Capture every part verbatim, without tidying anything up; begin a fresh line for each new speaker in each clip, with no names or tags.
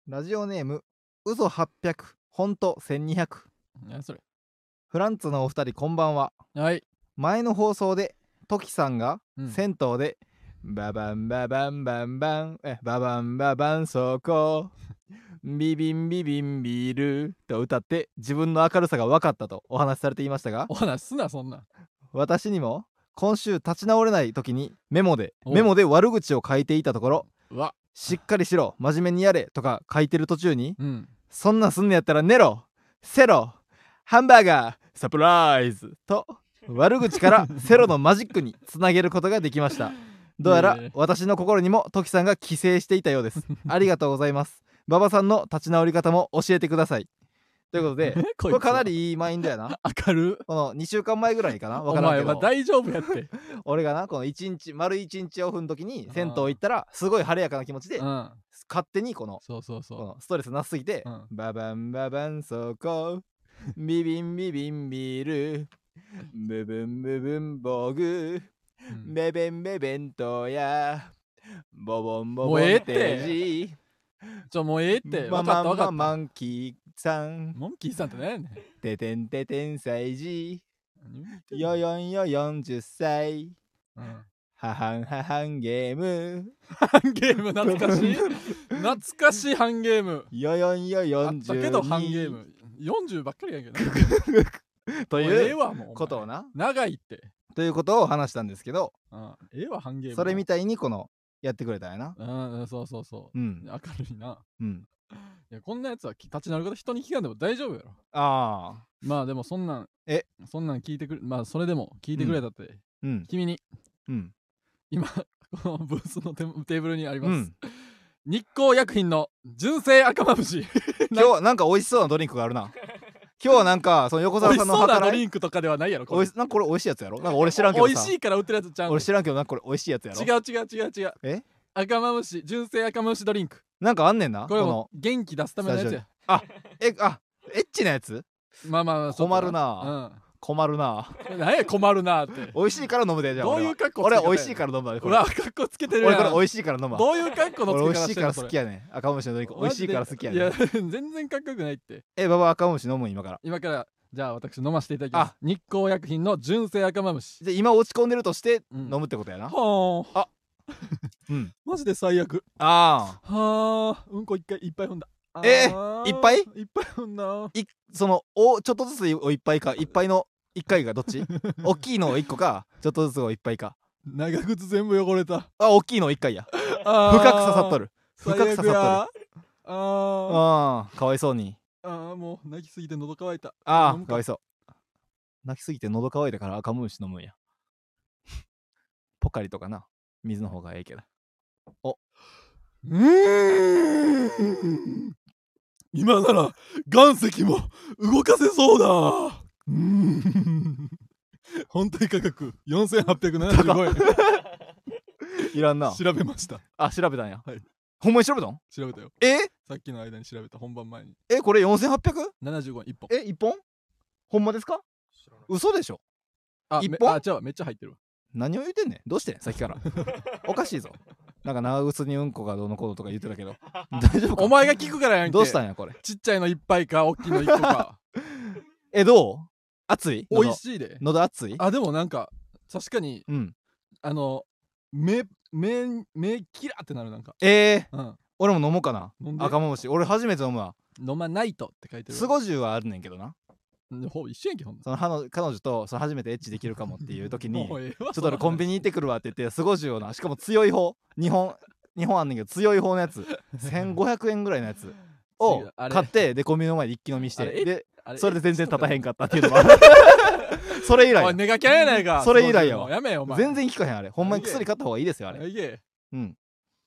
ラジオネーム嘘はっぴゃくほんとせんにひゃく。
何それ。
フランツのお二人こんばんは。
はい。
前の放送でトキさんが
うん
銭湯で、ババンババンバンバンえババンババンそこビビンビビンビールと歌って自分の明るさが分かったとお話しされていましたが、
お話すなそんなん。
私にも今週立ち直れない時にメモで
お
メモで悪口を書いていたところ、
うわ。
しっかりしろ真面目にやれとか書いてる途中に、
うん。
そんなんすんのやったら寝ろセロハンバーガーサプライズと悪口からセロのマジックにつなげることができました。どうやら
えー
私の心にもトキさんが寄生していたようです。ありがとうございます。馬場さんの立ち直り方も教えてください。ということで
こいつは
これかなりいいマインドやな。
明る。
このにしゅうかんまえぐらいかな、わ
お
からんけど
前は大丈夫やって。
俺がなこのいちにち丸いちにちオフの時に銭湯行ったらすごい晴れやかな気持ちで
うん。
勝手にこの
そうそうそ
このストレスなさすぎて、
うん
ババンババンそこビビンビビンビールブブンブブンボグ
う。うん
ベベンベベントやボボンボ
もうええって
ボンテージ
ちょもうええって。
マ
分かった分かった。
マンママンキーさん
モンキーさんって何やねん。
ててんててんさいじ
何言ってんの
よよんよよんじゅっさい
うん
ははんははんゲーム
ハンゲーム懐かしい懐かしいハンゲーム
よよんよ
あ
よんじゅうに
ったけどハンゲームよんじゅうばっかりやけどな
と
もうえ
いう
えわもうお前
ことをな
長いって
ということを話したんですけど、
うんええわハンゲーム
それみたいにこのやってくれたんやな。
うんうんそうそうそう
うん
明るいな
うん
いやこんなやつは立ち直ること人に聞かんでも大丈夫やろ
ああ
まあでもそんなん
え
そんなん聞いてくれまあそれでも聞いてくれたって、
うん
君に
うん
今このブースのテテーブルにあります、
うん
日光薬品の純正赤まぶし
今日はなんか美味しそうなドリンクがあるな。今日はなんかその横
美味し
澤さんの
そうなド
計らい
リンクとかではないやろこれ
おいしなんかこれ美味しいやつやろ。なんか俺知らんけどさ
美味しいから売ってるやつちゃうん
俺知らんけどなんかこれ美味しいやつやろ。
違う違う違う違う
え
赤まぶし純正赤まぶしドリンク
なんかあんねんな
これも
この
元気出すためのやつや
えあエッチなやつ
まあまあまあちょっと
困るな困るな
うん何や困るなって
美味しいから飲むでじゃあ
どういう
俺は
格好つけ方や
俺は美味しいから飲むわこれ
ほら格好つけてるやん
俺これ美味しいから飲むわ
どういう格好の
俺美
つけ方
味しいから好き
や
やねん赤虫のドリンク美味しいから好きやねん
いや全然かっこよくないって
えババ赤虫飲むん今から
今からじゃあ私飲ませていただきます日光薬品の純正赤まぶし
で今落ち込んでるとして
うん
飲むってことやな、
はあ
あうん
マジで最悪
ああ
はあうんこ一回いっぱい踏んだ
え
あー
いっぱい
いっぱい踏んだ
いそのおちょっとずつをいっぱいかいっぱいのいっかいがどっち大きいのをいっこかちょっとずつをいっぱいか
長靴全部汚れた
あ大きいのをいっかいや
深
深く刺さっと
る
る深く刺さっとる
あー
あーかわいそうに
あーもう泣きすぎて喉乾いた
あ
飲むか
あかわいそう泣きすぎて喉乾いたから赤虫飲むんやポカリとかな水の方がええけど
うーん今なら岩石も動かせそうだうーん本体価格よんせんはっぴゃくななじゅうごえん
いらんな
調べました
あ調べたんや、
はい
ほんまに調べたん
調べたよ
え
さっきの間に調べた本番前に
えこれ よんせんはっぴゃく？
ななじゅうごえんいっぽん
え一本ほんまですか嘘でしょ
あ
一本
めあ違うめっちゃ入ってるわ
何を言うてんねんどうしてんさっきからおかしいぞなんか長靴にうんこがどうのこうのとか言ってたけど大丈夫か
お前が聞くからやんけ
どうしたんやこれ
ちっちゃいのいっぱいか大きいのいっこか
えどう熱い
美味しいで
喉熱い
あでもなんか確かに
うん
あの目目目キラってなるなんか
えー、
うん
俺も飲もうかな
飲んで
赤もし俺初めて飲むわ
飲まないとって書いてる
スゴジュウはあるねんけどな
でほぼ一緒やんけほんな
その彼女彼女とその初めてエッチできるかもっていう時に
もうええわ
ちょっと俺コンビニ行ってくるわって言ってスゴジュウをなしかも強い方日本日本あんねんけど強い方のやつせんごひゃくえんぐらいのやつを
違うあれ
買ってでコンビニの前で一気飲みし
あれ
てで
あれ
それで全然立たへんかったっていうのもあるそれ以来
おいネガキャンやないか
それ以来やわ
やめよお前
全然効かへんあれほんまに薬買った方がいいですよあれ
いけ
うん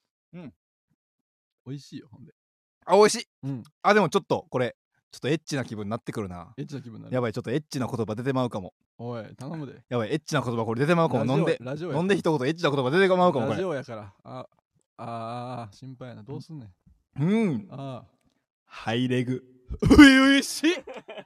美味しいよほんで
あ美味しい
うん
あでもちょっとこれちょっとエッチな気分になってくるな
エッチな気分になる
やばいちょっとエッチな言葉出てまうかも
おい頼むで
やばいエッチな言葉これ出てまうかも飲んで
ラジオや
飲んで一言エッチな言葉出てまうかもこ
ラジ
れ
オやからああー心配やなどうすんねん
うん
あ
ハイレグ
あういういしい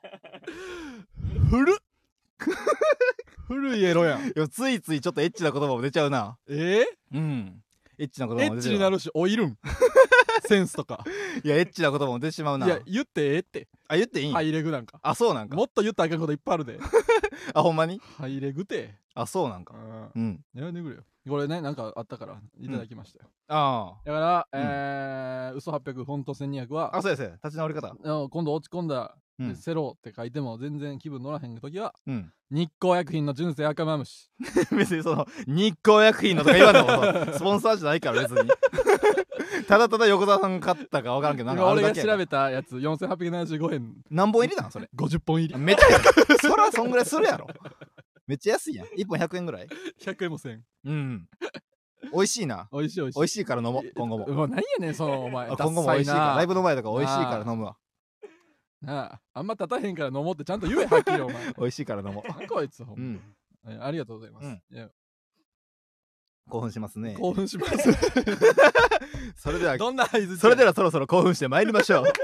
古っ古いエロやん
いやついついちょっとエッチな言葉も出ちゃうな
え
うんエッチな言
ー、エッ
葉も出ちゃう
チになるしオイルンセンスとか
いやエッチな言葉も出てしまうない
や言ってええって
あ言っていいん、
ハイレグなんか
あそうなんか
もっと言ったらあかんこといっぱいあるで
あほんまに
ハイレグて
あそうなんか
うん
うん
やめてくれよこれねなんかあったからいただきましたよ、
あ
だから、
うん
えー、嘘はっぴゃくフォントせんにひゃくは
ああそうやそうや立ち直り方
あの今度落ち込んだ、
うん
セロって書いても全然気分乗らへん時は
うん
日光薬品の純正赤マムシ
別にその日光薬品のとか言わんでもスポンサーじゃないから別にただただ横澤さんが買ったか分からんけどなんか
今俺
あるだけや
が調べたやつよんせんはっぴゃくななじゅうごえん
何本入りなんそれ
ごじゅっぽん入り
めっちゃやそらそんぐらいするやろめっちゃ安いやんいっぽんひゃくえんぐらい
ひゃくえんもせん
うん美味しいな
美味しい美味しい
美味しいから飲もう今後も
もう何やねんそのお前
あ今後も美味しいからライブ
の
の前とか美味しいから飲むわ
なああんま立たへんから飲もうってちゃんと言えはっきりお前
美味しいから飲もう
なんこいつほんま、
うん
えありがとうございます、
うん
いや
興奮しますね
興奮します
それでは
どんな合図
それではそろそろ興奮して参りましょう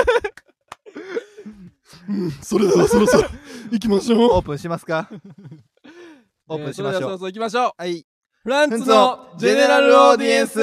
それではそろそろ行きましょう
オープンしますかオープンしましょう
えーそれではそろそろ行きましょう
はい
フランツのジェネラルオーディエンス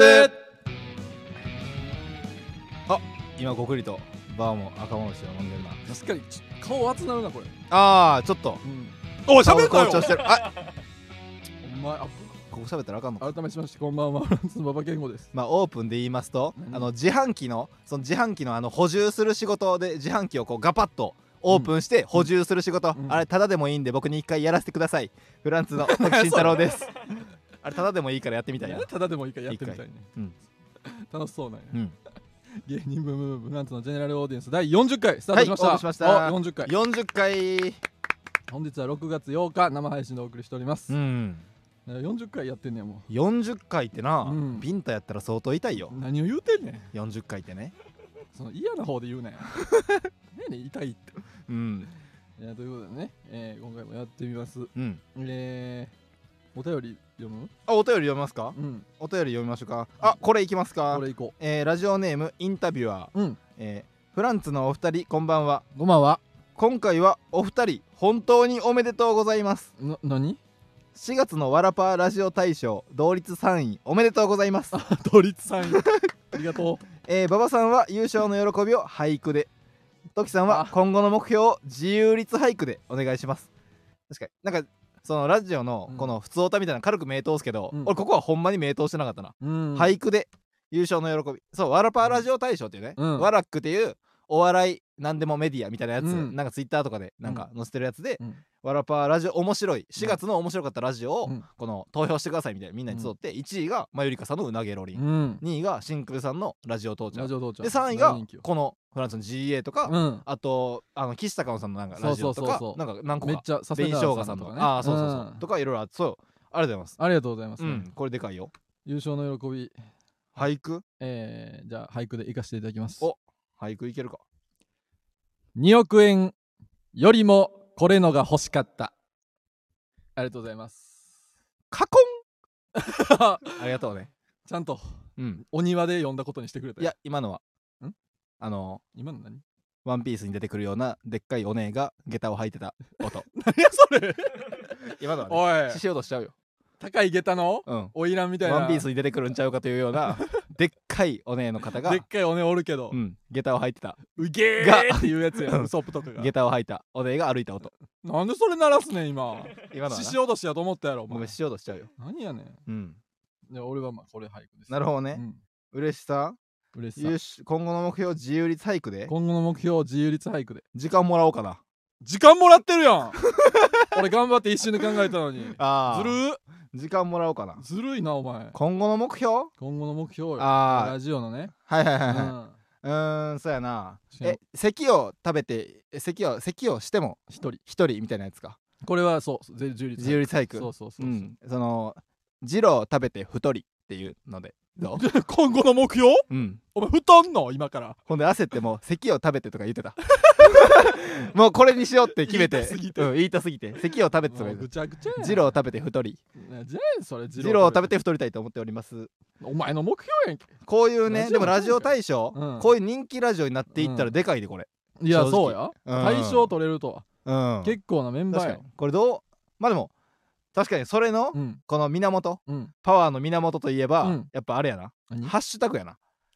今ごくりとバーも赤もみしを飲んでるな
確かにち顔熱なるなこれ、
あーちょっと
おい喋るなよ
顔紅潮してるあ
お前あ
ここ喋ったらあかんのか
改めましてこんばんはフランツの馬場健吾です
まあオープンで言いますと
何
あの自販機のその自販機のあの補充する仕事で自販機をこうガパッとオープンして補充する仕事、
うん
あれただでもいいんで僕に一回やらせてくださいフランツの徳慎太郎ですあれただでもいいからやってみたいな
ただでもいいからやってみたいね、
うん
楽しそうなんや、
うん
芸人ブームブームフランツのジェネラルオーディエンスだいよんじゅっかいスタートしました、
はいオープンしました
およんじゅっかい
よんじゅっかい
本日はろくがつようか生配信でお送りしております、
うん
よんじゅっかいやってんねやも
よんじゅっかいってな、
うん
ビンタやったら相当痛いよ
う何を言うてんねん
よんじゅっかいってね
その嫌な方で言うねんねえねん痛いって
うん
いやということでね、えー今回もやってみます
うん
えー、お便り読む
あお便り読みますか
うん
お便り読みましょうかあこれいきますか
これいこ
えーラジオネームインタビュアー、
ううん
えーフランツのお二人こんばんは
こんばんは
今回はお二人本当におめでとうございます
な何
しがつのワラパーラジオ大賞同率さんいおめでとうございます
同率さんいありがとう
えー、馬場さんは優勝の喜びを俳句でトキさんは
あ
今後の目標を自由律俳句でお願いします確かになんかそのラジオのこの普通歌みたいな軽く名通すけど、
うん
俺ここはほんまに名通してなかったな、
うん
俳句で優勝の喜びそうワラパーラジオ大賞っていうね、
うん
ワラックっていうお笑いなんでもメディアみたいなやつ、
うん
なんかツイッターとかでなんか載せてるやつで、
うん
ワラパーラジオ面白いしがつの面白かったラジオを
うん
この投票してくださいみたいなみんなに集って、いちいがまゆりかさんのうなげろりん、
うん
にいが真空さんのラジオ父ちゃん
ラジオ父ちゃん
でさんいが
大人気よ
このフランスの ジーエー とか、
うん
あとあの岸高野さんのなんかラジオとか
そうそうそうそう
なんか何個か
めっちゃサスペ
紅
ンダー
しょうがさんとか
ね
ああそうそうそう、
ん
とかいろいろあってそうありがとうございます
ありがとうございます、ね
うんこれでかいよ
優勝の喜び
俳句
えー、じゃあ俳句でいかせていただきます
お俳句いけるか
におくえんよりもこれのが欲しかったありがとうございます
カコンありがとうね
ちゃんと
うん
お庭で読んだことにしてくれた
いや今のは
ん
あの
今の何
ワンピースに出てくるようなでっかいお姉が下駄を履いてた音
何やそれ
今のはね
おい
ししようとしちゃうよ
高い下駄の
うん
花魁みたいな
ワンピースに出てくるんちゃうかというようなでっかいお姉の方が
でっかいおねおるけど、
う、ん下駄を履いてた
うげ
が
ーっていうやつや
うん
ウソップとかが
下駄を履いたお姉が歩いた音
なんでそれ鳴らすねん今
今のはな
獅子落としやと思ったやろお前
ごめんしようとしちゃうよ
何やねん
うん
で俺はまあこれ俳句です
なるほどね、
うん
嬉しさ
嬉しさ
優秀今後の目標自由律俳句で
今後の目標自由律俳句で
時間もらおうかな
時間もらってるやん俺頑張って一瞬で考えたのに
あ
ずるー
時間もらおうかな
ずるいなお前
今後の目標
今後の目標よ
あー
ラジオのね
はいはいはいはい、
うん
うーんそうやな
しかも
え席を食べてえ席を席をしても
一人
一人みたいなやつか
これはそう自由律
自由律俳句
そうそうそうそう、
んそのジロー食べて太りっていうのでどう
今後の目標
うん
お前太んの今から
ほんで焦ってもう席を食べてとか言ってたもうこれにしようって決めて
言いたすぎて
うん、言いたすぎて席を食べてとか言って
もうぐちゃぐちゃや
たジロー食べて太り
ねじゃあそれジ
ジローを食べて太りたいと思っております
お前の目標やんけ
こういうね
ラジオ
でもラジオ大賞、
うん
こういう人気ラジオになっていったら
うん
でかいでこれ
いや
正直
そうや
うん
大賞取れるとは
うん
結構なメンバーよ
確かにこれどうまあでも確かにそれの
うん
この源
うん
パワーの源といえば、
うん
やっぱあれやな
何
ハッシュタグやな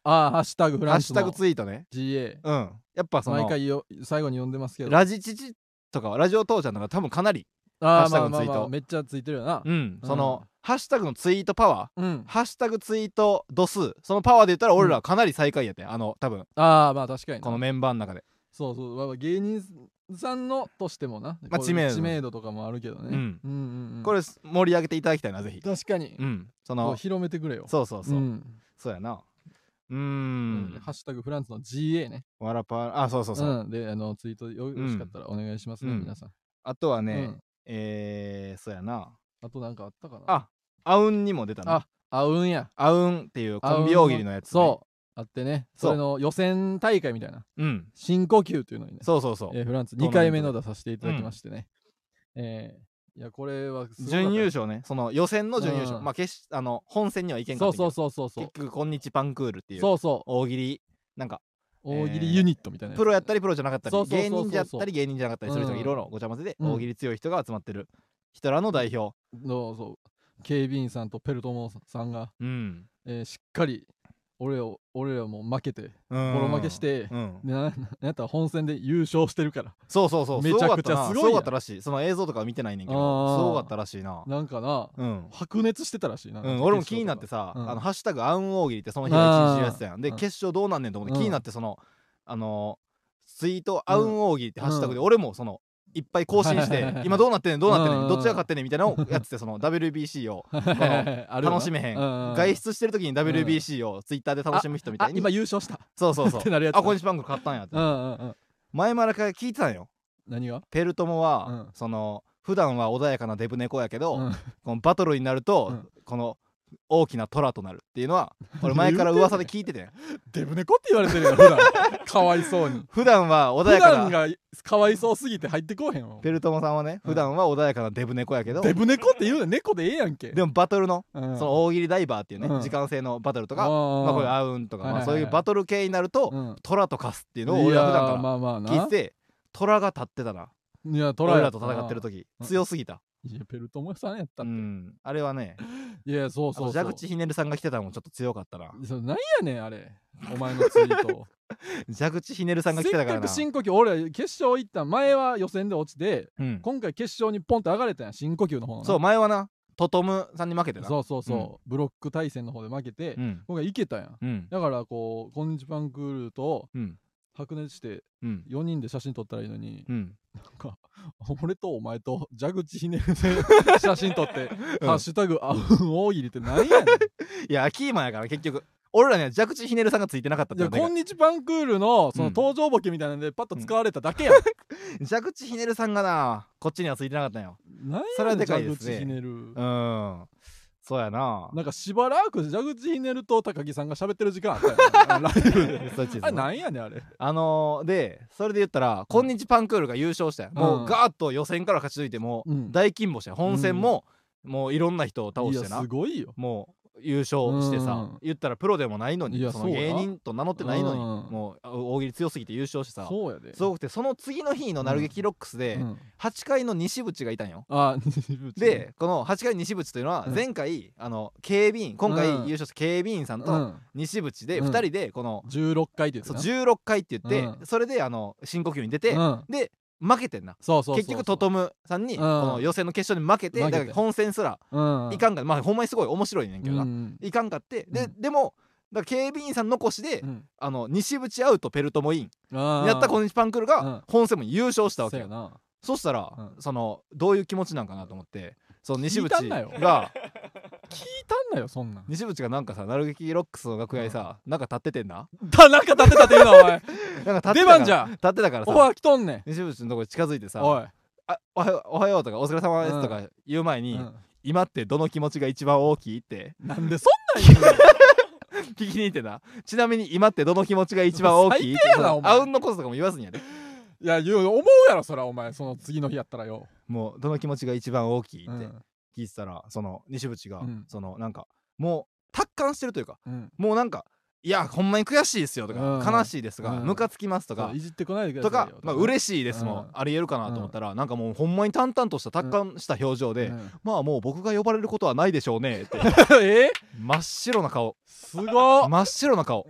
ああハッシュタグフランスの
ハッシュタグツイートね。
ジーエー
うんやっぱその
毎回よ最後に読んでますけど
ラジチチとかはラジオ父ちゃんとか多分かなり
ああ
ハッシュタグのツイート
まあまあまあめっちゃついてるよな
うんその、
うん
ハッシュタグのツイートパワー
うん
ハッシュタグツイート度数そのパワーで言ったら俺らはかなり最下位やって、あの多分
ああまあ確かにな
このメンバーの中で
そうそうまあ芸人さんのとしてもな、
まあ
こう
知名度
知名度とかもあるけどね、
うん
うんうんうん、
これ盛り上げていただきたいなぜひ
確かに、
うんその
こう広めてくれよ
そうそうそう、
ん
そうやなうー
うん
ん
ハッシュタグフランスの ジーエー ね
わらぱあそうそうそう、
うん、であのツイートよろしかったらお願いしますね、
うん
皆さん
あとはね、
うん
えー、そうやな
あとなんかあったかな
ああうんにも出たな
ああうんや
あうんっていうコンビ大喜利のやつ、ね、
そうあってね
そう
それの予選大会みたいな
うん
深呼吸というのにね
そうそうそう、
えーフランス
トーナメント
にかいめの出させていただきましてね、えーいやこれはすごかった
準優勝ねその予選の準優勝、
うん
まあ決しあの本戦にはいけんか
そう
ったけど
そうそうそうそう
結局こんにちパンクールっていう
そうそう
大喜利なんか
大喜利ユニットみたいなやつ
プロやったりプロじゃなかったり
そうそうそうそう
芸人じゃったり芸人じゃなかったりする人がいろいろごちゃ混ぜで
うん
大喜利強い人が集まってる人らの代表
のそう警備員さんとペルトモさんが、
うん
えーしっかり俺を俺らも負けて
ボ
ボロ負けして
うん、
でななんやったら本戦で優勝してるから
そうそうそう
めちゃくちゃすごいやん
すごかったなすごかったらしいその映像とかは見てないねんけど
あー
すごかったらしいな
なんかな
うん
白熱してたらしいな、
うん、俺も気になってさ「
うん
あのハッシュタグあん大喜利」ってその日が一日やってたやんで
うん
決勝どうなんねんと思って
うん
気になってそのあのツイート「あん大喜利」ってハッシュタグで
うん
俺もそのいっぱい更新し
はいはいはいはい
て今どうなってんねんどうなってんね
うん
んどっちが勝ってんねんみたいなのをやっててその ダブリュービーシー を楽しめへん外出してる時に ダブリュービーシー をツイッターで楽しむ人みたいに
あ今優勝した
そうそうそう
ってなるやつ
あこんにちは番組勝ったんやって
うんうんうん
前々から聞いてたんよ
何が
ペルトモは、
うん
その普段は穏やかなデブ猫やけど、
うん
このバトルになると、
うん
この大きなトラとなるっていうのは俺前から噂で聞いててん
デブ猫って言われてるよ普段かわいそうに
普段は穏
普
やかな
段がかわいそうすぎて入ってこうへんわ
ペルトモさんはね
うん
普段は穏やかなデブ猫やけど、
デブ猫って言うの猫でええやんけ
でもバトルの、
うん
その大喜利ダイバーっていうね、
うん
時間制のバトルとか、
あ
まあこれアウンとか、まあ、
はいはいはい
そういうバトル系になると、
うん
トラと化すっていうのを俺は普段
いやー
から
まあまあな
聞いててトラが立ってたない
やトラやったな
俺らと戦ってる時
うん
強すぎた、
いやペルトモさんやった
う
って、
んあれはね
いやそう
あ
そうそう
と蛇口ひねるさんが来てたのもちょっと強かったな
それなんやねんあれお前のツイート
蛇口ひねるさんが来てたからな
せっかく深呼吸俺決勝行ったん前は予選で落ちて
うん、
今回決勝にポンって上がれたやん深呼吸の方のな
そう前はなトトムさんに負けてな
そうそうそう、
うん
ブロック対戦の方で負けて、
うん
今回行けたやん
うん
だからこうこんにちパンクールと
うん
白熱して
うん
よにんで写真撮ったらいいのに、
うん
なんか俺とお前と蛇口ひねるで写真撮って「
うん
ハッシュタグあうん大喜利」ってなんやねん
いやキーマンやから結局俺らには蛇口ひねるさんがついてなかったって
いや
いうのが
こんにちパンクールのその
うん
登場ボケみたいなんでパッと使われただけやん、
蛇口ひねるさんがなこっちにはついてなかったんよ
なん
それはで
やねん蛇
かいですね
口ひねる、
うんそうやな
なんかしばらく蛇口ひねると高木さんが喋ってる時間あったよなライブで
そっちです
あれなんやねんあれ
あのー、でそれで言ったら「こんにちパンクール」が優勝したよ、も
うん
うガーッと予選から勝ち抜いてもう
うん
大金星や本戦ももういろんな人を倒して
いや
な
すごいよ
もう優勝してさ、
うん
言ったらプロでもないの
い
にその
やそうや
芸人と名乗ってないのに、
うん
もう大喜利強すぎて優勝してさ
そうやです
ごくてその次の日のなる劇ロックスで
うん
はちかいの西渕がいたんよ。
あ
でこのはちかい西渕というのは
うん
前回あの警備員今回
うん
優勝した警備員さんと
うん
西渕で
うん
ふたりでこの
じゅうろっかいって言って
そう
な
じゅうろっかいって言って
うん
それであの深呼吸に出て
うん
で負けてんな
そうそうそうそう
結局トトムさんに
うん
この予選の決勝に負けて
負けて
だから本戦すら
うん
いかんかまあほんまにすごい面白いねんけど
う
なんいかんかってで
うん
でもだから警備員さん残しで
うん
あの西渕アウトペルトモイン
あー
やったこんにちパンクール
うん
が本戦も優勝したわけよ
そうやな
そしたら
うん
そのどういう気持ちなんかなと思ってその西
聞いたんなよ
渕が
聞いたんなよそんなん
西渕がなんかさなる劇ロックスの楽屋にさなんか立っててんな
だなんか立ってたって言うなお前
なんか立ってた
出
から
番じゃ
立ってたから
お
さ
い来とんねん
西渕のとこに近づいてさ
おい
あおはようおはようとかお疲れ様ですとか言う前に、
うん
今ってどの気持ちが一番大きいって
なんでそんなん言うの
聞きに行ってなちなみに今ってどの気持ちが一番大きいって
最低やなお前
あうんのこととかも言わずにやで
いや言う思うやろそらお前その次の日やったらよ
もうどの気持ちが一番大きいって
うん
聞いてたら、その西渕が、
うん
そのなんかもう達観してるというか
うん
もうなんかいやほんまに悔しいですよとか、
うん
悲しいですとか、
うん
ムカつきますとか
そういじってこないでくだ
と
さいよ
か、まあ嬉しいですも、
うん
ありえるかなと思ったら、なんかもうほんまに淡々とした達観した表情で、
うん
まあもう僕が呼ばれることはないでしょうねって
え
真っ白な顔
すごっ
真っ白な顔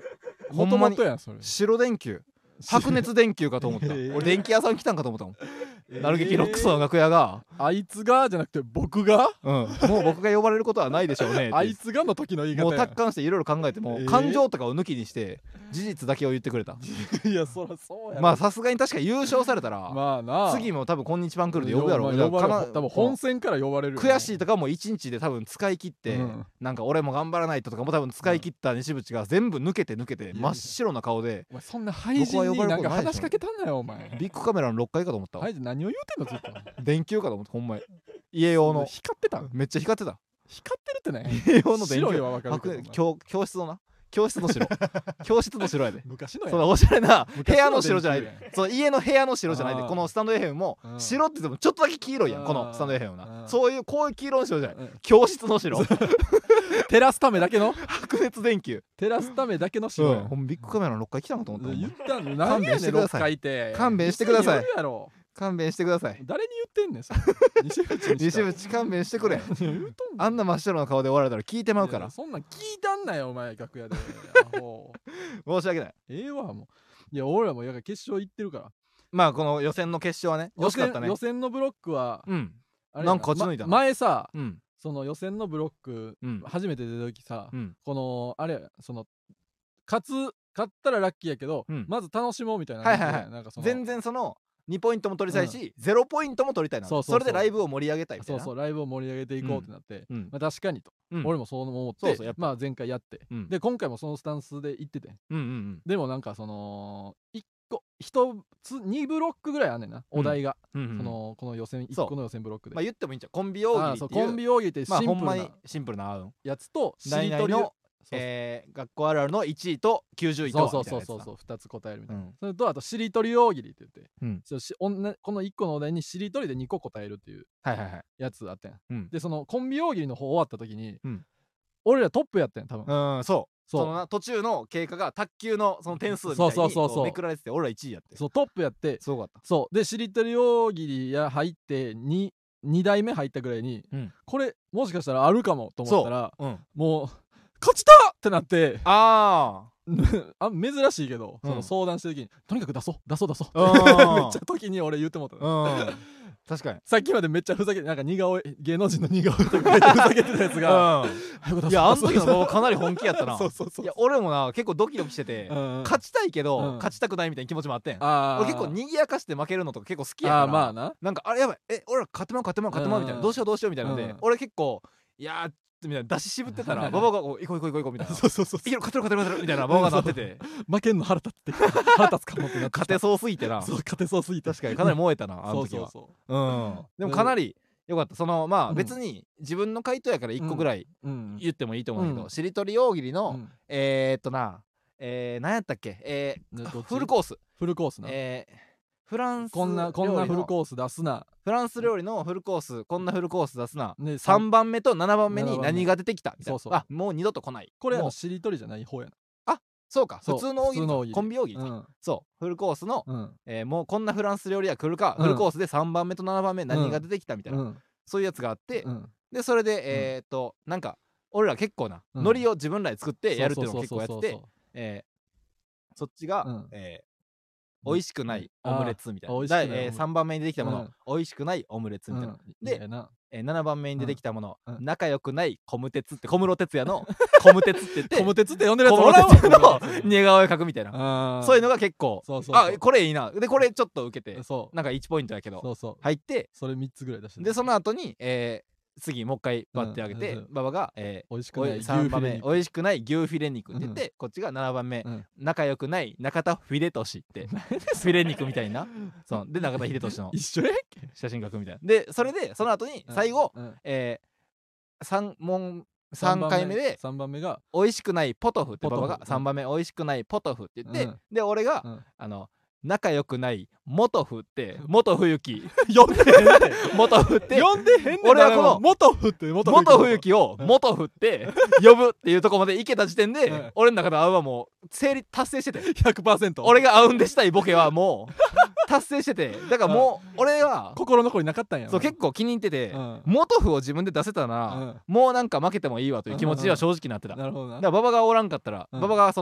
ほんまに
元々やんそれ
白電球白熱電球かと思った
えー
俺電気屋さん来たんかと思ったもんなる劇ロックスの楽屋が
あいつがじゃなくて僕が
うんもう僕が呼ばれることはないでしょうねって
あいつがの時の言い方
もう
やん
達観していろいろ考えても
えー
感情とかを抜きにして事実だけを言ってくれた
いやそらそうやろ
まあさすがに確か優勝されたら
まあな
次も多分「こんにちはんクール」で呼ぶやろ
まあ呼ばれる
かな
多分本戦から呼ばれるよね
悔しいとかもいちにちで多分使い切って、
うん
なんか俺も頑張らないととかも多分使い切った西渕が全部抜けて抜けて
や
真っ白な顔で
お前そんな廃人になんか話しかけたんなよお前
ビッグカメラのろっかいかと思ったわ
廃人何を言うてんのずっと
電球かと思ってほんまに家用の
光ってた
めっちゃ光ってた
光ってるってね
家用の電
白い
球
はわかるけど
白教教室のな教室の白教室の白やで
昔のや
そのおしゃれな部
昔の
屋の白じゃない
電球や
でその家の部屋の白じゃないで
あー
このスタンド エフエム も
うん
白って言ってもちょっとだけ黄色いやんこのスタンド エフエム
う
なんそういうこういう黄色の白じゃない
うん
教室の白
照らすためだけの
白熱電球
照らすためだけの
う
白や
んほんまビッグカメラのろっかい来たんかと思ったほんま
言ったの
勘
何やねんろっ
弁してください
かいて
勘弁してください
言うやろ
勘弁してください
誰に言ってんねんそれ西口にし
西
か
渕勘弁してくれ
何言うとんねん
あんな真っ白な顔で終わられたら聞いてまうから
いやそんなん聞いたんなよお前楽屋でアホ
申し訳ない
ええわもういや俺らもやから決勝行ってるから
まあこの予選の決勝はね惜
予選
しかったね
予選のブロックは
うん
あれ
なんか勝ち抜いたな
ま前さ
うん
その予選のブロック
うん
初めて出た時さ
うん
このあれその勝つ勝ったらラッキーやけど
うん
まず楽しもうみたいな
はいはいはい
なんかその
全然そのにポイントも取りたいしゼロポイントも取りたいな
そうそうそう
それでライブを盛り上げたいみたいな
そうそうライブを盛り上げていこうってなって
うん
まあ確かにと
うん
俺もそう思って
そうそうやっぱ
まあ前回やって
うん
で今回もそのスタンスで行ってて
うんうん
でもなんかそのいっこひとつにブロックぐらいあんねんなお題が
うんうんうん
そのこの予選いっ
そう
この予選ブロックで
まあ言ってもいいんちゃうコンビ大
あ
喜利っていう
そうコンビ大喜利ってシ
まあほん
ンプルな
まにシンプルな案
やつとし
何
りとり
々の
そう
えー学校あるあるのいちいときゅうじゅういと
そう
はみたいなやつな
そうそうそうそうふたつ答えるみたいな
うん
それとあとしりとり大喜利って言って
うん
そうしおんなこのいっこのお題にしりとりでにこ答えるっていう
はいはいはい
やつあったやん
うん
でそのコンビ大喜利の方終わった時に
うん
俺らトップやったやん多分
うんそう
そう
そのな途中の経過が卓球のその点数みたい
そう
に
そうそうそう
こうめくられてて俺らいちいやって
そうトップやって
すごかった
そうでしりとり大喜利や入ってにに代目入ったぐらいに、
うん
これもしかしたらあるかもと思ったら
うん
もう勝ちたってなって
あ
あ珍しいけど、
うん
その相談した時にとにかく出そう出そう出そう
うん
ってめっちゃ時に俺言ってもったの、
あうん確かに
さっきまでめっちゃふざけてなんか似顔絵芸能人の似顔絵とかめっちゃふざけてたやつが、
うん
早く出そう
いやあの時の
出そう
馬場かなり本気やったな
そうそうそう
いや俺もな結構ドキドキしてて
うんうん
勝ちたいけど、
うん
勝ちたくないみたいな気持ちもあってん
あー
俺結構賑やかして負けるのとか結構好きやから
あーまあな
なんかあれやばいえ俺ら勝てまう勝てまう勝てまうみたいな、
うん
どうしようどうしようみたいなので、
うん
俺結構いやーみたいな出し渋ってたら馬場がこう行こう行こう行こう行こうみたいな
そうそうそう
いける勝てる勝てる勝てるみたいな馬場がなってて
負けんの腹立って腹立つかもってなって
勝てそうすぎてな
そう勝てそうすぎて
確かにかなり燃えたなあ
そう
の時は
そうそ
うんでもかなりよかったそのまあ
うん
別に自分の回答やからいっこぐらい
ううん
言ってもいいと思うけど、
うん
しりとり大喜利の、
うん
えー、っとなえー、何やったっけえー、
ねどっち
フルコース
フルコースな、
えー、フランス
こんなこんなフル
ー
コース出すな
フランス料理のフルコースこんなフルコース出すな、
ね
さんばんめとななばんめに
ななばんめ
何が出てきたみたいな
そうそう
あもう二度と来ない
これあ
もう
のしりとりじゃない方や
そうか
そう
普通の大喜利か
普通の大喜利
コンビ大喜利か、
な
そうフルコースの、
うんうん
えーもうこんなフランス料理屋来るか、
うん
フルコースでさんばんめとななばんめ何が出てきたみたいな、
うん
そういうやつがあって、
うん
でそれでえー、っとなんか俺ら結構な、
うん
ノリを自分らで作ってやるっていうのを結構やってて
そうそうそう
えーそっちが、
うん
えー美味しくないオムレツみたいな。
あー美味しくない
だえー
オムレツ
さんばんめに出てきたもの、
うん
美味しくないオムレツみたいな。
うん
で
いやな
えーななばんめに出てきたもの、
うん
仲良くないコムテツって小室哲也のコムテツって言って
コムテツって呼んでるやつ
小
おらん
室哲也
わ
の似顔絵描くみたいな。
あー
そういうのが結構
そうそうそう
あこれいいな。でこれちょっと受けて
そう
なんかいちポイントやけど
そうそう
入って
それみっつぐらい出して
でその後に、えー次もう一回バッてあげて、
うん
馬場が、えー
美味しくない牛
さんばんめ
フィレ肉
美味しくない牛フィレ肉って言って、こっちがななばんめ、
うん
仲良くない中田フィレトシってフィレ肉みたいなそうで中田秀俊の
一緒やんけ
写真描くみたいなでそれでその後に最後、
うんうん
えー、3問さんかいめで
さんばんめが
美味しくないポトフって馬場が
ポトフ
さんばんめ美味しくないポトフって言って、
うん
で俺が、
うん
あの仲良くない元フって元冬樹
呼んでへんね
元フって
呼んでへんねん
俺はこの
元フって元
元冬樹を
うん
元フって呼ぶっていうところまで行けた時点で、
うん
俺の中で会うはもう成立達成してて
ひゃくパーセント
俺が会うんでしたいボケはもう達成しててだからもう俺は
心残りなかったんや
そう結構気に入ってて、
うん
元フを自分で出せたら、
うん
もうなんか負けてもいいわという気持ちは正直なってた、
なるほどな
だから馬場がおらんかったら、
うん
馬場がその